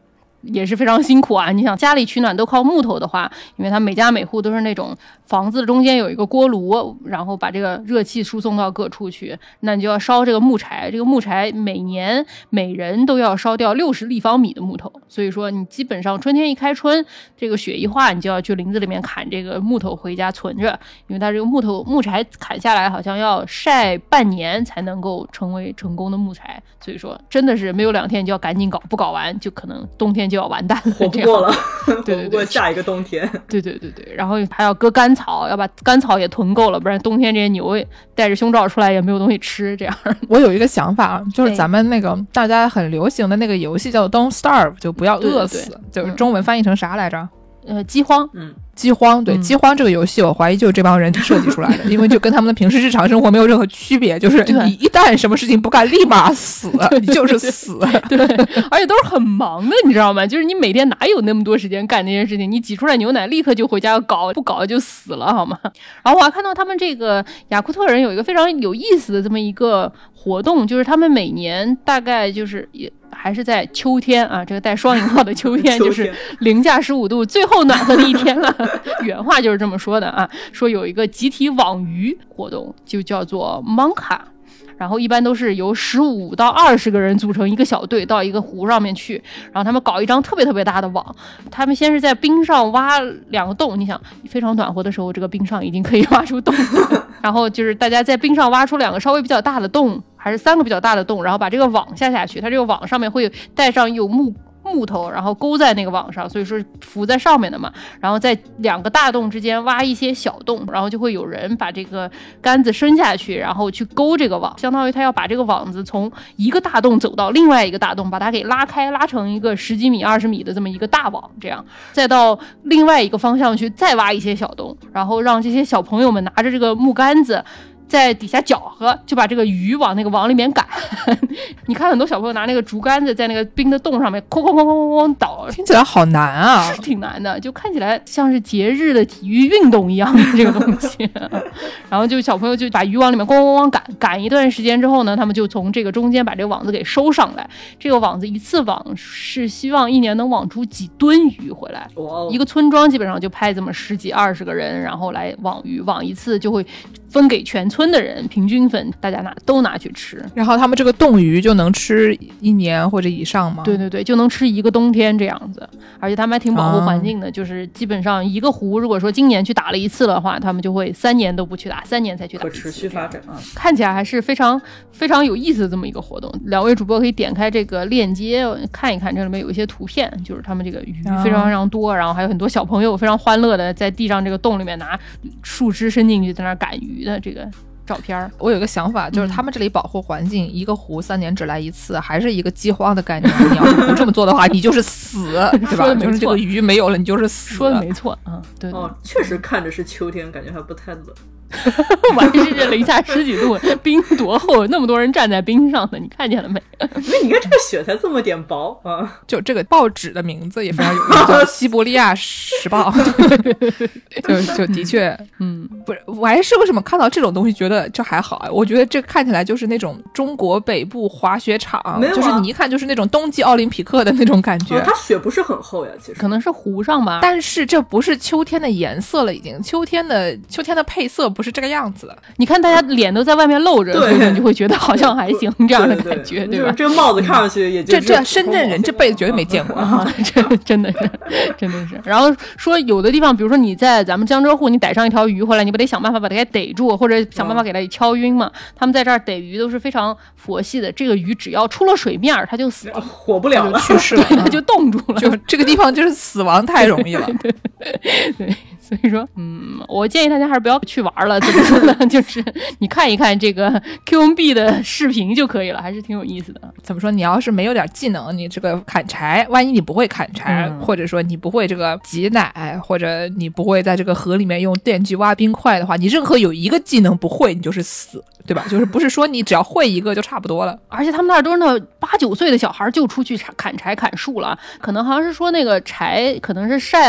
Speaker 3: 也是非常辛苦啊。你想家里取暖都靠木头的话，因为它每家每户都是那种房子中间有一个锅炉，然后把这个热气输送到各处去，那你就要烧这个木柴，这个木柴每年每人都要烧掉六十立方米的木头，所以说你基本上春天一开春，这个雪一化，你就要去林子里面砍这个木头回家存着，因为它这个木头木柴砍下来好像要晒半年才能够成为成功的木柴，所以说真的是没有两天就要赶紧搞，不搞完就可能冬天就要完蛋了，
Speaker 4: 活不过了，
Speaker 3: 对对对，
Speaker 4: 活不过下一个冬天。
Speaker 3: 对对对对，然后还要割干草，要把干草也囤够了，不然冬天这些牛带着胸罩出来也没有东西吃。这样，
Speaker 2: 我有一个想法，就是咱们那个大家很流行的那个游戏叫 Don't Starve， 就不要饿死，
Speaker 3: 对对对，
Speaker 2: 就是中文翻译成啥来着？
Speaker 3: 呃，饥荒，
Speaker 4: 嗯，
Speaker 2: 饥荒，对，
Speaker 3: 嗯
Speaker 2: 饥荒这个游戏，我怀疑就是这帮人设计出来的，因为就跟他们的平时日常生活没有任何区别，就是你一旦什么事情不干，立马死，你就是死，
Speaker 3: 对，而且都是很忙的，你知道吗？就是你每天哪有那么多时间干那件事情？你挤出来牛奶，立刻就回家搞，不搞就死了，好吗？然后我还看到他们这个雅库特人有一个非常有意思的这么一个活动，就是他们每年大概就是也。还是在秋天啊，这个带双引号的秋天，就是零下十五度，最后暖和的一天了。原话就是这么说的啊，说有一个集体网鱼活动，就叫做 Monka。然后一般都是由十五到二十个人组成一个小队到一个湖上面去，然后他们搞一张特别特别大的网。他们先是在冰上挖两个洞，你想非常暖和的时候，这个冰上已经可以挖出洞了。然后就是大家在冰上挖出两个稍微比较大的洞，还是三个比较大的洞，然后把这个网下下去。它这个网上面会带上有木木头，然后勾在那个网上，所以说浮在上面的嘛。然后在两个大洞之间挖一些小洞，然后就会有人把这个杆子伸下去，然后去勾这个网，相当于他要把这个网子从一个大洞走到另外一个大洞，把它给拉开，拉成一个十几米、二十米的这么一个大网，这样再到另外一个方向去再挖一些小洞，然后让这些小朋友们拿着这个木杆子。在底下搅和，就把这个鱼往那个网里面赶。你看很多小朋友拿那个竹竿子在那个冰的洞上面哐哐哐哐哐倒，
Speaker 2: 听起来好难啊，
Speaker 3: 是挺难的，就看起来像是节日的体育运动一样的这个东西。然后就小朋友就把鱼往里面咣咣咣赶，赶一段时间之后呢，他们就从这个中间把这个网子给收上来。这个网子一次网是希望一年能网出几吨鱼回来，一个村庄基本上就派这么十几二十个人，然后来网鱼，网一次就会分给全村的人，平均分，大家拿都拿去吃。
Speaker 2: 然后他们这个冻鱼就能吃一年或者以上吗？
Speaker 3: 对对对，就能吃一个冬天这样子。而且他们还挺保护环境的，啊、就是基本上一个湖，如果说今年去打了一次的话，他们就会三年都不去打，三年才去打一次。
Speaker 4: 可持续发展啊，
Speaker 3: 看起来还是非常非常有意思的这么一个活动。两位主播可以点开这个链接看一看，这里面有一些图片，就是他们这个鱼非常非常多，啊、然后还有很多小朋友非常欢乐的在地上这个洞里面拿树枝伸进去在那赶鱼的这个照片。
Speaker 2: 我有一个想法，就是他们这里保护环境，嗯、一个湖三年只来一次，还是一个饥荒的概念。你要是不这么做的话，你就是死，对吧？就是这个鱼没有了，你就是死。
Speaker 3: 说的没错啊，对, 对。
Speaker 4: 哦，确实看着是秋天，感觉还不太冷。
Speaker 3: 我还是这零下十几度，冰多厚，那么多人站在冰上的，你看见了没？
Speaker 4: 因为你看这个雪才这么点薄啊！
Speaker 2: 就这个报纸的名字也非常有意思，叫《西伯利亚时报》就就的确，嗯，不是，我还是为什么看到这种东西觉得这还好啊？我觉得这看起来就是那种中国北部滑雪场，
Speaker 4: 啊、
Speaker 2: 就是你一看就是那种冬季奥林匹克的那种感觉。
Speaker 4: 哦、它雪不是很厚呀，其实
Speaker 3: 可能是湖上吧。
Speaker 2: 但是这不是秋天的颜色了，已经秋天的秋天的配色不是这个样子的。
Speaker 3: 你看大家脸都在外面露着，所以你就会觉得好像还行这样的感觉，
Speaker 4: 对, 对,
Speaker 3: 对吧？
Speaker 4: 这个帽子看上去也就、
Speaker 2: 嗯、这这深圳人这辈子绝对没见过
Speaker 3: 啊！这真的是真的是。然后说有的地方，比如说你在咱们江浙沪，你逮上一条鱼回来，你不得想办法把它给逮住，或者想办法给它敲晕嘛？嗯、他们在这儿逮鱼都是非常佛系的，这个鱼只要出了水面，它就死了，
Speaker 4: 活不了了，
Speaker 2: 去世了，
Speaker 3: 它就冻住了。
Speaker 2: 就这个地方就是死亡太容易了。
Speaker 3: 对, 对, 对, 对，所以说，嗯，我建议大家还是不要去玩了，怎么说呢？就是你看一看这个 Q M B 的视频就可以了，还是挺有意思的。
Speaker 2: 怎么说？你要是没有点技能，你这个砍柴，万一你不会砍柴，嗯、或者说你不会这个挤奶，或者你不会在这个河里面用电锯挖冰块的话，你任何有一个技能不会，你就是死，对吧？就是不是说你只要会一个就差不多了。
Speaker 3: 而且他们那儿都是那八九岁的小孩就出去砍柴砍树了，可能好像是说那个柴可能是晒了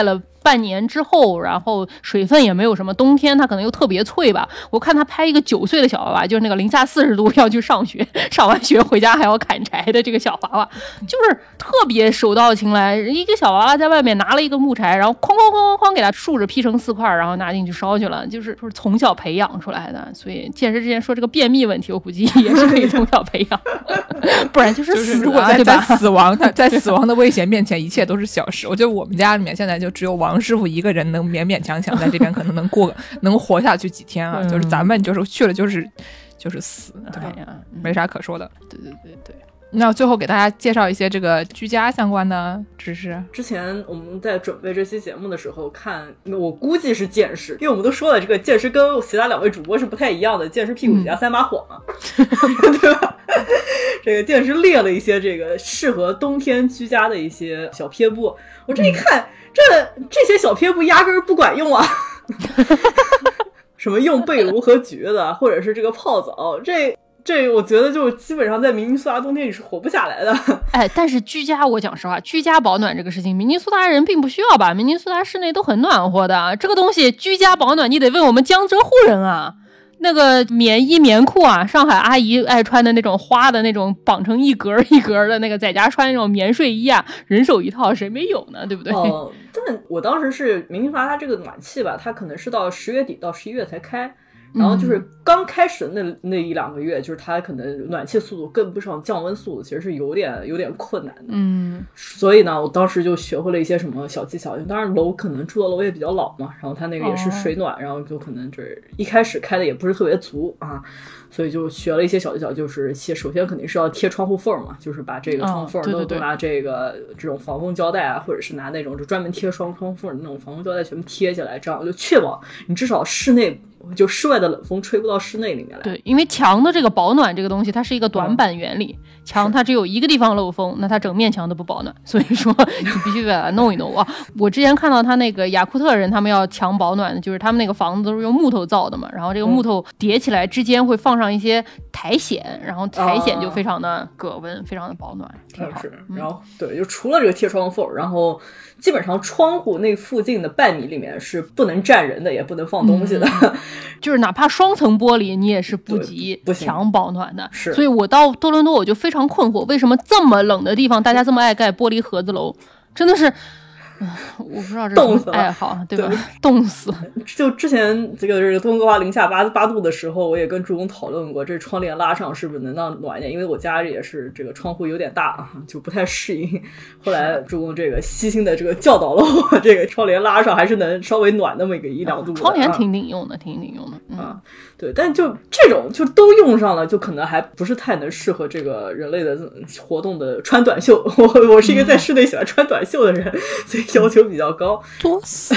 Speaker 3: 半年之后，然后水分也没有什么，冬天它可能又特别脆吧。我看他拍一个九岁的小娃娃，就是那个零下四十度要去上学，上完学回家还要砍柴的这个小娃娃，就是特别手到擒来。一个小娃娃在外面拿了一个木柴，然后哐哐哐哐哐给它竖着劈成四块，然后拿进去烧去了，就是就是从小培养出来的。所以健身之前说这个便秘问题，我估计也是可以从小培养，不然就是死、啊、
Speaker 2: 如果在
Speaker 3: 对吧？
Speaker 2: 在死亡他在死亡的危险面前，一切都是小事。我觉得我们家里面现在就只有王师傅一个人能勉勉强强在这边可能能过能活下去几天啊，嗯、就是咱们就是去了就是就是死，对吧？哎呀嗯、没啥可说的。
Speaker 3: 对对对对。
Speaker 2: 那最后给大家介绍一些这个居家相关的知识。
Speaker 4: 之前我们在准备这期节目的时候看，我估计是剑师，因为我们都说了这个剑师跟其他两位主播是不太一样的，剑师屁股底下三把火嘛，嗯、对吧？这个剑师列了一些这个适合冬天居家的一些小撇步，我这一看，嗯、这这些小撇步压根儿不管用啊。什么用被炉和橘子，或者是这个泡澡，这这我觉得就基本上在明尼苏达冬天你是活不下来的。
Speaker 3: 哎，但是居家，我讲实话，居家保暖这个事情，明尼苏达人并不需要吧？明尼苏达室内都很暖和的，这个东西居家保暖，你得问我们江浙沪人啊。那个棉衣棉裤啊，上海阿姨爱穿的那种花的那种绑成一格一格的那个，在家穿那种棉睡衣啊，人手一套，谁没有呢？对不对？
Speaker 4: 哦，但我当时是明尼苏达它这个暖气吧，它可能是到十月底到十一月才开。然后就是刚开始的那那一两个月，就是它可能暖气速度跟不上降温速度，其实是有点有点困难的。
Speaker 3: 嗯，
Speaker 4: 所以呢，我当时就学会了一些什么小技巧。当然楼可能住的楼也比较老嘛，然后它那个也是水暖，哦、然后就可能这一开始开的也不是特别足啊，所以就学了一些小技巧，就是首先肯定是要贴窗户缝嘛，就是把这个窗户缝都、哦、都拿这个这种防风胶带啊，或者是拿那种就专门贴双窗户缝的那种防风胶带全部贴起来，这样就确保你至少室内。就室外的冷风吹不到室内里面来。
Speaker 3: 对，因为墙的这个保暖这个东西，它是一个短板原理。嗯、墙它只有一个地方漏风，那它整面墙都不保暖。所以说，你必须把它弄一弄啊！我之前看到他那个雅库特人，他们要墙保暖的，就是他们那个房子都是用木头造的嘛，然后这个木头叠起来之间会放上一些苔藓，然后苔藓就非常的隔温，嗯、非常的保暖，挺好。
Speaker 4: 是，然后对，就除了这个贴窗缝，然后基本上窗户那附近的半米里面是不能站人的，也不能放东西的。嗯
Speaker 3: 就是哪怕双层玻璃，你也是不及强保暖的。
Speaker 4: 是，
Speaker 3: 所以我到多伦多我就非常困惑，为什么这么冷的地方大家这么爱盖玻璃盒子楼？真的是。我不知道这是爱好，对吧？冻死了。
Speaker 4: 就之前这个这个温哥华零下八八度的时候，我也跟朱工讨论过，这窗帘拉上是不是能让暖一点？因为我家也是这个窗户有点大啊，就不太适应。后来朱工这个悉心的这个教导了我，这个窗帘拉上还是能稍微暖那么一个一两度的。
Speaker 3: 窗帘挺顶用的，挺顶用的。嗯、
Speaker 4: 啊，对，但就这种就都用上了，就可能还不是太能适合这个人类的活动的穿短袖。我我是一个在室内喜欢穿短袖的人，所以要求比较高。
Speaker 2: 作死！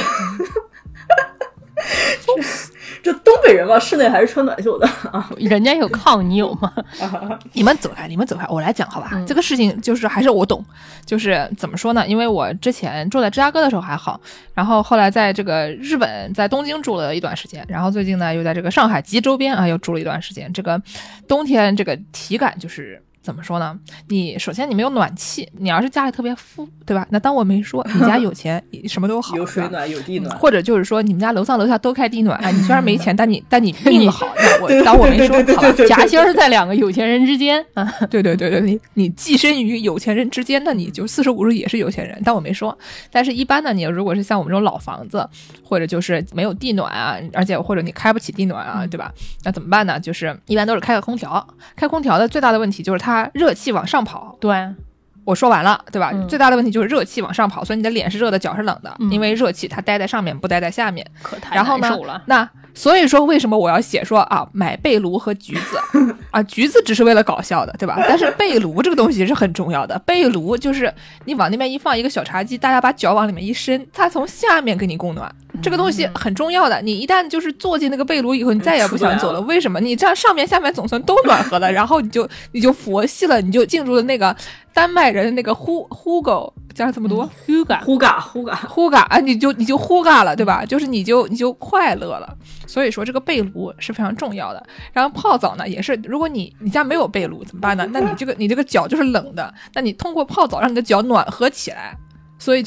Speaker 4: 这东北人嘛，室内还是穿短袖的啊。
Speaker 3: 人家有炕，你有吗？
Speaker 2: 你们走开，你们走开，我来讲好吧。嗯、这个事情就是还是我懂，就是怎么说呢？因为我之前住在芝加哥的时候还好，然后后来在这个日本，在东京住了一段时间，然后最近呢又在这个上海及周边啊又住了一段时间。这个冬天这个体感就是。怎么说呢？你首先你没有暖气，你要是家里特别富，对吧？那当我没说，你家有钱，什么都好，
Speaker 4: 有水暖有地暖，
Speaker 2: 或者就是说你们家楼上楼下都开地暖，啊、你虽然没钱，但你但你命好，那我当我没说，好吧？
Speaker 3: 夹心儿在两个有钱人之间啊，
Speaker 2: 对对对对，你你寄身于有钱人之间，那你就四舍五入也是有钱人，但我没说。但是一般呢，你如果是像我们这种老房子，或者就是没有地暖啊，而且或者你开不起地暖啊，对吧？那怎么办呢？就是一般都是开个空调，开空调的最大的问题就是它热气往上跑。
Speaker 3: 对，
Speaker 2: 我说完了，对吧？
Speaker 3: 嗯、
Speaker 2: 最大的问题就是热气往上跑，所以你的脸是热的，脚是冷的，嗯、因为热气它待在上面，不待在下面。
Speaker 3: 可太难受了。
Speaker 2: 然后呢，那所以说为什么我要写说啊，买被炉和橘子啊？橘子只是为了搞笑的，对吧？但是被炉这个东西是很重要的。被炉就是你往那边一放一个小茶几，大家把脚往里面一伸，它从下面给你供暖。这个东西很重要的，你一旦就是坐进那个被炉以后，你再也不想走了。为什么？你这样上面下面总算都暖和了，然后你就你就佛系了，你就进入了那个丹麦人那个呼呼狗叫怎么读？
Speaker 3: 呼嘎
Speaker 4: 呼嘎呼嘎
Speaker 2: 呼嘎啊！你就你就呼嘎了，对吧？就是你就你就快乐了。所以说这个被炉是非常重要的。然后泡澡呢也是，如果你你家没有被炉怎么办呢？那你这个你这个脚就是冷的，那你通过泡澡让你的脚暖和起来。所以就是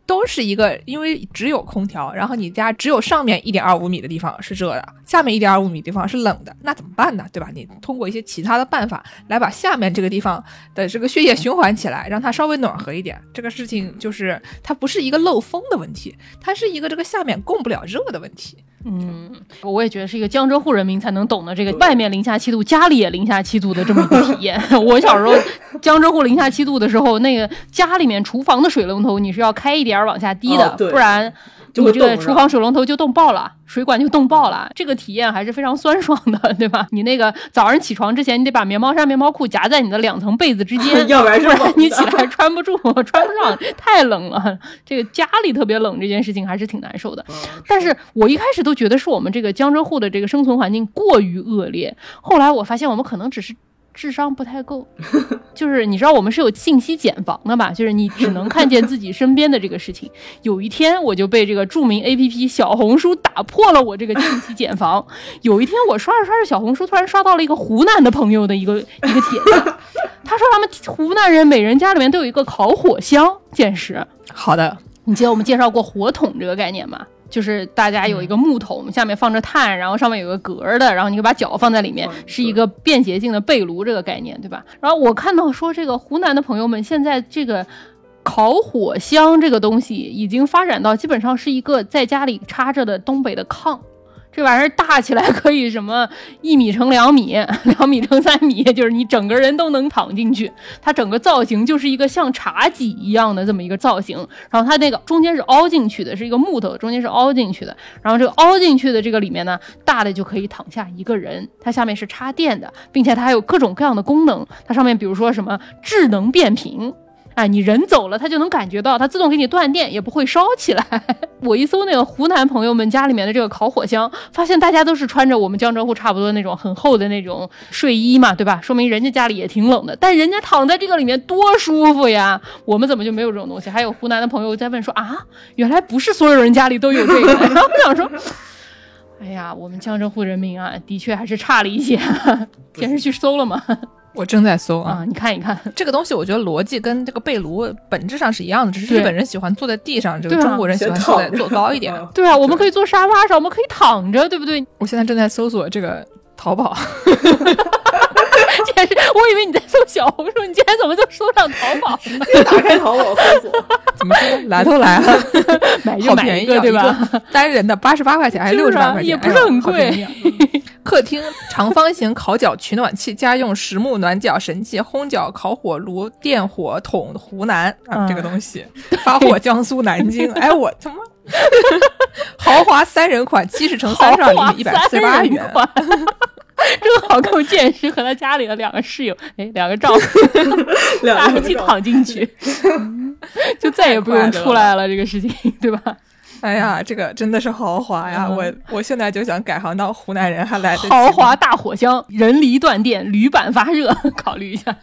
Speaker 2: 都是一个，因为只有空调，然后你家只有上面一点二五米的地方是热的，下面一点二五米的地方是冷的，那怎么办呢？对吧？你通过一些其他的办法来把下面这个地方的这个血液循环起来，让它稍微暖和一点。这个事情就是它不是一个漏风的问题，它是一个这个下面供不了热的问题。
Speaker 3: 嗯，我也觉得是一个江浙沪人民才能懂的这个外面零下七度，家里也零下七度的这么一个体验。我小时候江浙沪零下七度的时候，那个家里面厨房的水龙头你是要开一点往下滴的，
Speaker 4: 哦、
Speaker 3: 不然你这个厨房水龙头就冻爆了，水管就冻爆了，这个体验还是非常酸爽的，对吧？你那个早上起床之前，你得把棉毛衫、棉毛裤夹在你的两层被子之间，
Speaker 4: 要不然
Speaker 3: 你起来穿不住，穿不上，太冷了。这个家里特别冷这件事情还是挺难受的。但是我一开始都觉得是我们这个江浙沪的这个生存环境过于恶劣，后来我发现我们可能只是智商不太够，就是你知道我们是有信息茧房的吧，就是你只能看见自己身边的这个事情。有一天我就被这个著名 A P P 小红书打破了我这个信息茧房。有一天我刷着刷着小红书，突然刷到了一个湖南的朋友的一个一个帖子，他说他们湖南人每人家里面都有一个烤火箱，见识。
Speaker 2: 好的，
Speaker 3: 你记得我们介绍过火桶这个概念吗？就是大家有一个木桶，下面放着炭，然后上面有个格的，然后你可以把脚放在里面，是一个便捷性的被炉这个概念，对吧？然后我看到说这个湖南的朋友们现在这个烤火箱这个东西已经发展到基本上是一个在家里插着的东北的炕。这玩意儿大起来可以什么一米乘两米，两米乘三米，就是你整个人都能躺进去。它整个造型就是一个像茶几一样的这么一个造型，然后它那个中间是凹进去的，是一个木头，中间是凹进去的。然后这个凹进去的这个里面呢，大的就可以躺下一个人，它下面是插电的，并且它还有各种各样的功能。它上面比如说什么智能变频。哎，你人走了，它就能感觉到，它自动给你断电，也不会烧起来。我一搜那个湖南朋友们家里面的这个烤火箱，发现大家都是穿着我们江浙沪差不多那种很厚的那种睡衣嘛，对吧？说明人家家里也挺冷的，但人家躺在这个里面多舒服呀！我们怎么就没有这种东西？还有湖南的朋友在问说啊，原来不是所有人家里都有这个。然后我想说，哎呀，我们江浙沪人民啊，的确还是差了一些。先是去搜了吗？
Speaker 2: 我正在搜 啊,
Speaker 3: 啊，你看一看
Speaker 2: 这个东西，我觉得逻辑跟这个被炉本质上是一样的，只是日本人喜欢坐在地上，这个中国人喜欢坐在坐高一点。
Speaker 3: 对啊，我们可以坐沙发上，我们可以躺着，对不对？
Speaker 2: 我现在正在搜索这个淘宝。
Speaker 3: 我以为你在搜小红书，你竟然怎么就搜上淘宝？
Speaker 4: 直接打开淘宝搜索，
Speaker 2: 怎么说？来都来了，
Speaker 3: 买就买一个，对吧？
Speaker 2: 单人的八十八块钱还是六十八块钱，
Speaker 3: 也不是很贵。
Speaker 2: 哎客厅长方形烤脚取暖器，家用实木暖脚神器，烘脚烤火炉，电火桶，湖南啊、嗯，这个东西发货江苏南京。哎，我他妈豪华三人款，七十乘三十二厘米，一百四十八元。
Speaker 3: 正好够见识和他家里的两个室友，哎，两个丈夫，大家一起躺进去，就再也不用出来了，这个事情，对吧？
Speaker 2: 哎呀，这个真的是豪华呀！嗯、我我现在就想改行当湖南人，还来得及。
Speaker 3: 豪华大火箱，人离断电，铝板发热，考虑一下。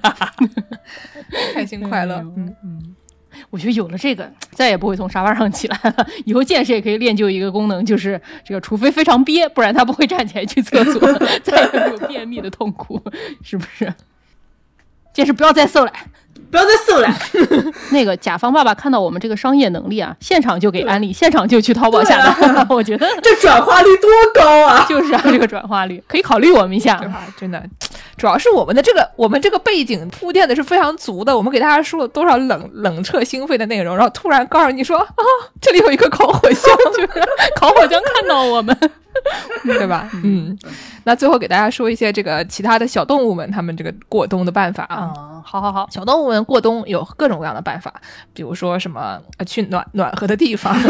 Speaker 2: 开心快乐，嗯
Speaker 3: 嗯。我觉得有了这个，再也不会从沙发上起来了。以后健身也可以练就一个功能，就是这个，除非非常憋，不然他不会站起来去厕所，再也没有便秘的痛苦，是不是？健身不要再搜了。
Speaker 4: 不要再搜了。
Speaker 3: 那个甲方爸爸看到我们这个商业能力啊，现场就给安利，现场就去淘宝下单。啊、我觉得
Speaker 4: 这转化率多高啊！
Speaker 3: 就是啊，这个转化率可以考虑我们一下。
Speaker 2: 对吧？真的，主要是我们的这个我们这个背景铺垫的是非常足的，我们给大家说了多少冷冷彻心扉的内容，然后突然告诉你说啊，这里有一个烤火箱，
Speaker 3: 就是烤火箱看到我们。
Speaker 2: 对吧？嗯，那最后给大家说一些这个其他的小动物们他们这个过冬的办法啊。
Speaker 3: 嗯，好好好，
Speaker 2: 小动物们过冬有各种各样的办法，比如说什么呃去暖暖和的地方，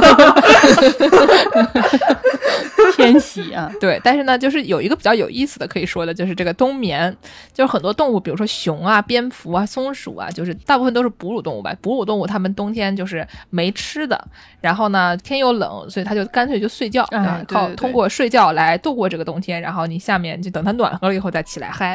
Speaker 3: 天喜啊。
Speaker 2: 对，但是呢，就是有一个比较有意思的可以说的，就是这个冬眠，就是很多动物，比如说熊啊、蝙蝠啊、松鼠啊，就是大部分都是哺乳动物吧。哺乳动物它们冬天就是没吃的，然后呢天又冷，所以它就干脆就睡觉，
Speaker 3: 哎、
Speaker 2: 靠通过睡觉来度过这个冬天，然后你下面就等它暖和了以后再起来嗨。
Speaker 3: 对，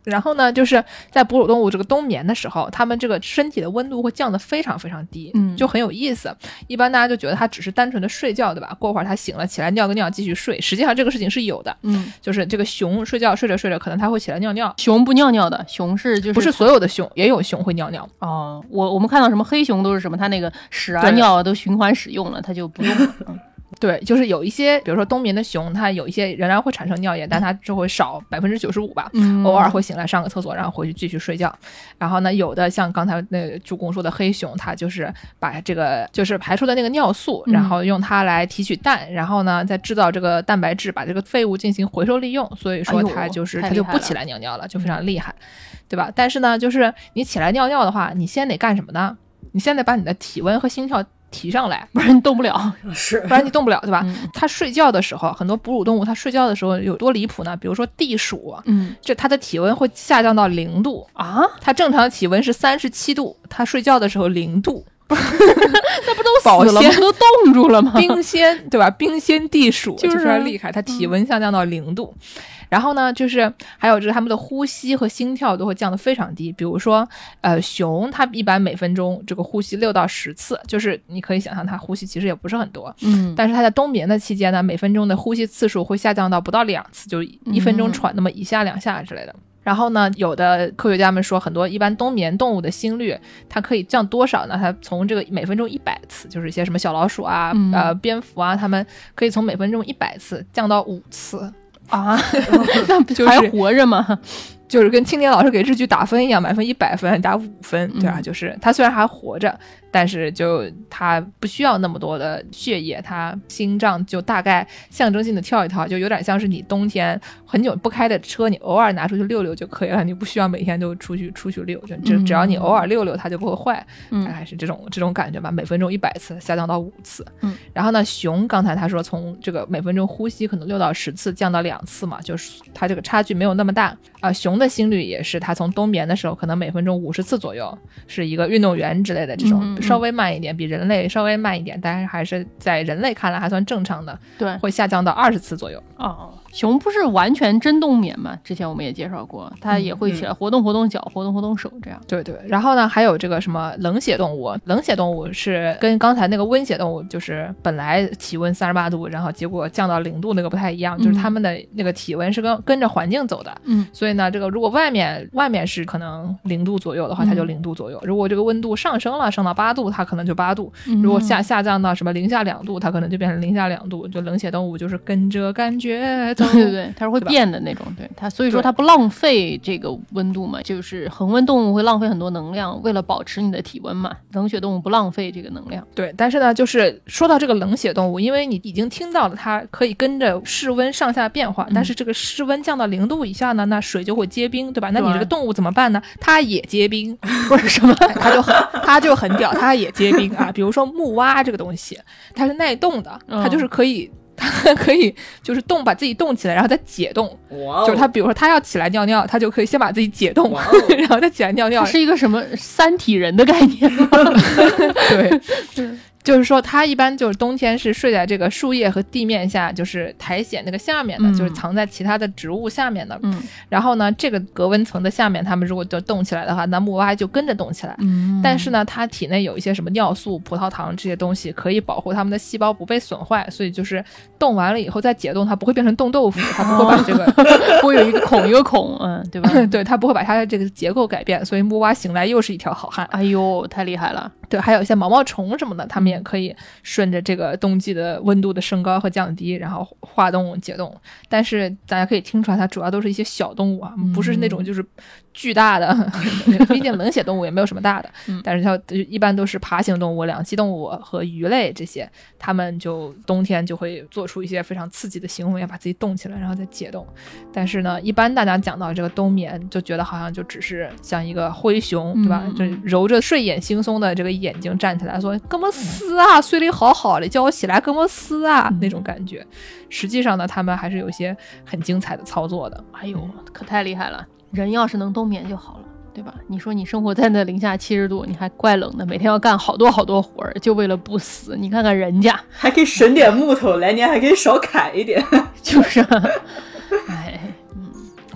Speaker 2: 然后呢，就是在哺乳动物这个冬眠的时候，它们这个身体的温度会降得非常非常低，
Speaker 3: 嗯，
Speaker 2: 就很有意思。一般大家就觉得它只是单纯的睡觉，对吧？过会儿它醒了起来尿个尿继续睡，实际上这个事情是有的。
Speaker 3: 嗯，
Speaker 2: 就是这个熊睡觉睡着睡着，可能它会起来尿尿。
Speaker 3: 熊不尿尿的，熊是就是
Speaker 2: 不是所有的熊，也有熊会尿尿。
Speaker 3: 哦，我我们看到什么黑熊都是什么，它那个屎啊尿啊都循环使用了，它就不用了。嗯
Speaker 2: 对，就是有一些，比如说冬眠的熊，它有一些仍然会产生尿液，但它就会少百分之九十五吧，
Speaker 3: 嗯，
Speaker 2: 偶尔会醒来上个厕所，然后回去继续睡觉。然后呢，有的像刚才那个助攻说的黑熊，它就是把这个就是排出的那个尿素，然后用它来提取氮，然后呢再制造这个蛋白质，把这个废物进行回收利用，所以说它就是、
Speaker 3: 哎、
Speaker 2: 它就不起来尿尿了，就非常厉害，对吧？但是呢，就是你起来尿尿的话，你先得干什么呢？你先得把你的体温和心跳提上来，
Speaker 3: 不然你动不了，
Speaker 4: 是，
Speaker 2: 不然你动不了，对吧？
Speaker 3: 嗯、
Speaker 2: 它睡觉的时候，很多哺乳动物它睡觉的时候有多离谱呢？比如说地鼠，
Speaker 3: 嗯，
Speaker 2: 这它的体温会下降到零度
Speaker 3: 啊，
Speaker 2: 它正常体温是三十七度，它睡觉的时候零度，
Speaker 3: 那不都死了吗？不都冻住了吗？
Speaker 2: 冰鲜，对吧？冰鲜地鼠
Speaker 3: 就是
Speaker 2: 非常厉害，它体温下降到零度。嗯然后呢，就是还有就是他们的呼吸和心跳都会降得非常低。比如说，呃，熊它一般每分钟这个呼吸六到十次，就是你可以想象它呼吸其实也不是很多，
Speaker 3: 嗯，
Speaker 2: 但是它在冬眠的期间呢，每分钟的呼吸次数会下降到不到两次，就一分钟喘那么一下两下之类的。嗯然后呢，有的科学家们说，很多一般冬眠动物的心率，它可以降多少呢？它从这个每分钟一百次，就是一些什么小老鼠啊、
Speaker 3: 嗯、
Speaker 2: 呃蝙蝠啊，它们可以从每分钟一百次降到五次
Speaker 3: 啊，那不还活着吗？
Speaker 2: 就是跟青年老师给日剧打分一样，满分一百分打五分，对吧？嗯、就是他虽然还活着，但是就他不需要那么多的血液，他心脏就大概象征性的跳一跳，就有点像是你冬天很久不开的车，你偶尔拿出去溜溜就可以了，你不需要每天都出去出去溜，就只只要你偶尔溜溜，它就不会坏，
Speaker 3: 嗯，
Speaker 2: 大概是这种这种感觉吧。每分钟一百次下降到五次，
Speaker 3: 嗯，
Speaker 2: 然后呢，熊刚才他说从这个每分钟呼吸可能六到十次降到两次嘛，就是它这个差距没有那么大啊、呃。熊的心率也是，它从冬眠的时候可能每分钟五十次左右，是一个运动员之类的这种。
Speaker 3: 嗯
Speaker 2: 稍微慢一点，比人类稍微慢一点，但是还是在人类看来还算正常的。
Speaker 3: 对，
Speaker 2: 会下降到二十次左右。
Speaker 3: 哦，熊不是完全真冬眠嘛？之前我们也介绍过，它也会起来活动活动脚、嗯、活动活动手这样。
Speaker 2: 对对。然后呢，还有这个什么冷血动物，冷血动物是跟刚才那个温血动物，就是本来体温三十八度，然后结果降到零度那个不太一样，
Speaker 3: 嗯、
Speaker 2: 就是他们的那个体温是跟跟着环境走的。
Speaker 3: 嗯。
Speaker 2: 所以呢，这个如果外面外面是可能零度左右的话，它就零度左右；嗯、如果这个温度上升了，上到八度，它可能就八度。如果下下降到什么零下两度，它可能就变成零下两度。就冷血动物就是跟着感觉走，
Speaker 3: 对对对，它是会变的那种。对它，所以说它不浪费这个温度嘛，就是恒温动物会浪费很多能量，为了保持你的体温嘛。冷血动物不浪费这个能量。
Speaker 2: 对，但是呢，就是说到这个冷血动物，因为你已经听到了它可以跟着室温上下变化，嗯、但是这个室温降到零度以下呢，那水就会结冰，对吧？那你这个动物怎么办呢？它也结冰，
Speaker 3: 不是什么，
Speaker 2: 它就很它就很屌，它也结冰啊。比如说木蛙这个东西，它是耐冻的，它就是可以。嗯它可以就是冻，把自己冻起来，然后再解冻。
Speaker 4: 哇！
Speaker 2: 就是它，比如说它要起来尿尿，它就可以先把自己解冻，然后再起来尿尿。
Speaker 3: 是一个什么三体人的概念吗？
Speaker 2: 对。就是说它一般就是冬天是睡在这个树叶和地面下，就是苔藓那个下面的、嗯、就是藏在其他的植物下面的。
Speaker 3: 嗯，
Speaker 2: 然后呢，这个隔温层的下面，它们如果就冻起来的话，那木蛙就跟着冻起来。
Speaker 3: 嗯，
Speaker 2: 但是呢，它体内有一些什么尿素、葡萄糖这些东西，可以保护它们的细胞不被损坏，所以就是冻完了以后再解冻，它不会变成冻豆腐，它不会把这个
Speaker 3: 不会有一个孔一个孔，嗯，对吧？
Speaker 2: 对，它不会把它的这个结构改变，所以木蛙醒来又是一条好汉。
Speaker 3: 哎呦，太厉害了！
Speaker 2: 对，还有一些毛毛虫什么的，它们也可以顺着这个冬季的温度的升高和降低，然后化冻解冻。但是大家可以听出来，它主要都是一些小动物啊，不是那种就是巨大的。毕竟冷血动物也没有什么大的，
Speaker 3: 嗯、
Speaker 2: 但是它一般都是爬行动物、两栖动物和鱼类这些，它们就冬天就会做出一些非常刺激的行为，把自己冻起来，然后再解冻。但是呢，一般大家讲到这个冬眠，就觉得好像就只是像一个灰熊，对吧？
Speaker 3: 嗯、
Speaker 2: 就揉着睡眼惺忪的这个眼睛站起来说：“跟我死啊，睡得好好的，叫我起来跟我死啊！”
Speaker 3: 嗯、
Speaker 2: 那种感觉。实际上呢，他们还是有一些很精彩的操作的。
Speaker 3: 哎呦，可太厉害了！人要是能冬眠就好了。对吧？你说你生活在那零下七十度，你还怪冷的，每天要干好多好多活儿，就为了不死。你看看人家，
Speaker 4: 还可以省点木头，来年还可以少砍一点。
Speaker 3: 就是，哎，嗯，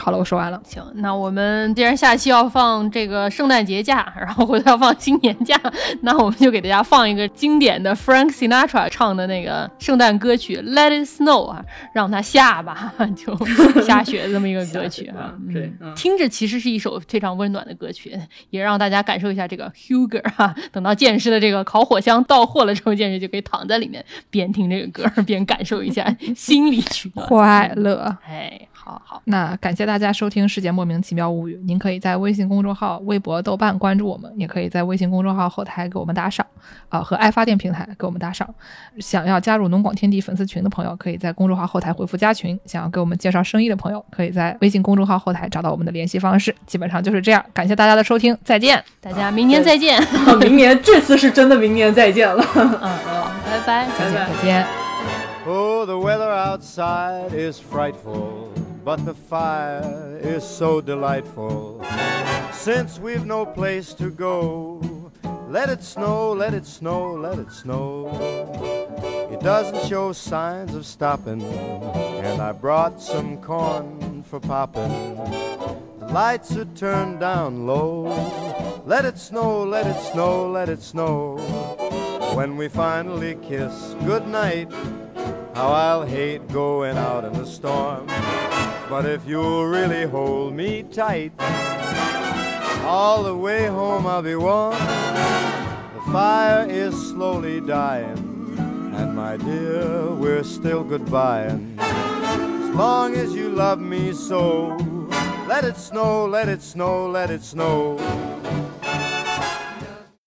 Speaker 2: 好了，我说完了。
Speaker 3: 行，那我们既然下期要放这个圣诞节假，然后回头要放新年假，那我们就给大家放一个经典的 Frank Sinatra 唱的那个圣诞歌曲 Let It Snow 啊，让它下吧，就下雪这么一个歌曲啊。
Speaker 4: 对、
Speaker 3: 嗯，听着其实是一首非常温暖的歌曲，也让大家感受一下这个 Huger 啊。等到剑师的这个烤火箱到货了之后，剑师就可以躺在里面边听这个歌边感受一下心理取暖
Speaker 2: 快乐。
Speaker 3: 哎，好好，
Speaker 2: 那感谢大家收听《世界莫名其妙物语》，您可以在微信公众号、微博、豆瓣关注我们，也可以在微信公众号后台给我们打赏，啊、呃，和爱发电平台给我们打赏。想要加入农广天地粉丝群的朋友，可以在公众号后台回复加群；想要给我们介绍生意的朋友，可以在微信公众号后台找到我们的联系方式。基本上就是这样，感谢大家的收听，再见，
Speaker 3: 大家明年再见。
Speaker 4: 明年这次是真的明年再见了。
Speaker 3: 嗯嗯，拜拜，
Speaker 2: 再见，再见。
Speaker 5: Oh, the weather outside is frightful, but the fire is so delightful. Since we've no place to go, let it snow, let it snow, let it snow. It doesn't show signs of stopping, and I brought some corn for popping. The lights are turned down low. Let it snow, let it snow, let it snow. When we finally kiss goodnight, how I'll hate going out in the storm. But if you'll really hold me tight, all the way home I'll be warm. The fire is slowly dying, and my dear, we're still goodbying. As long as you love me so, let it snow, let it snow, let it snow.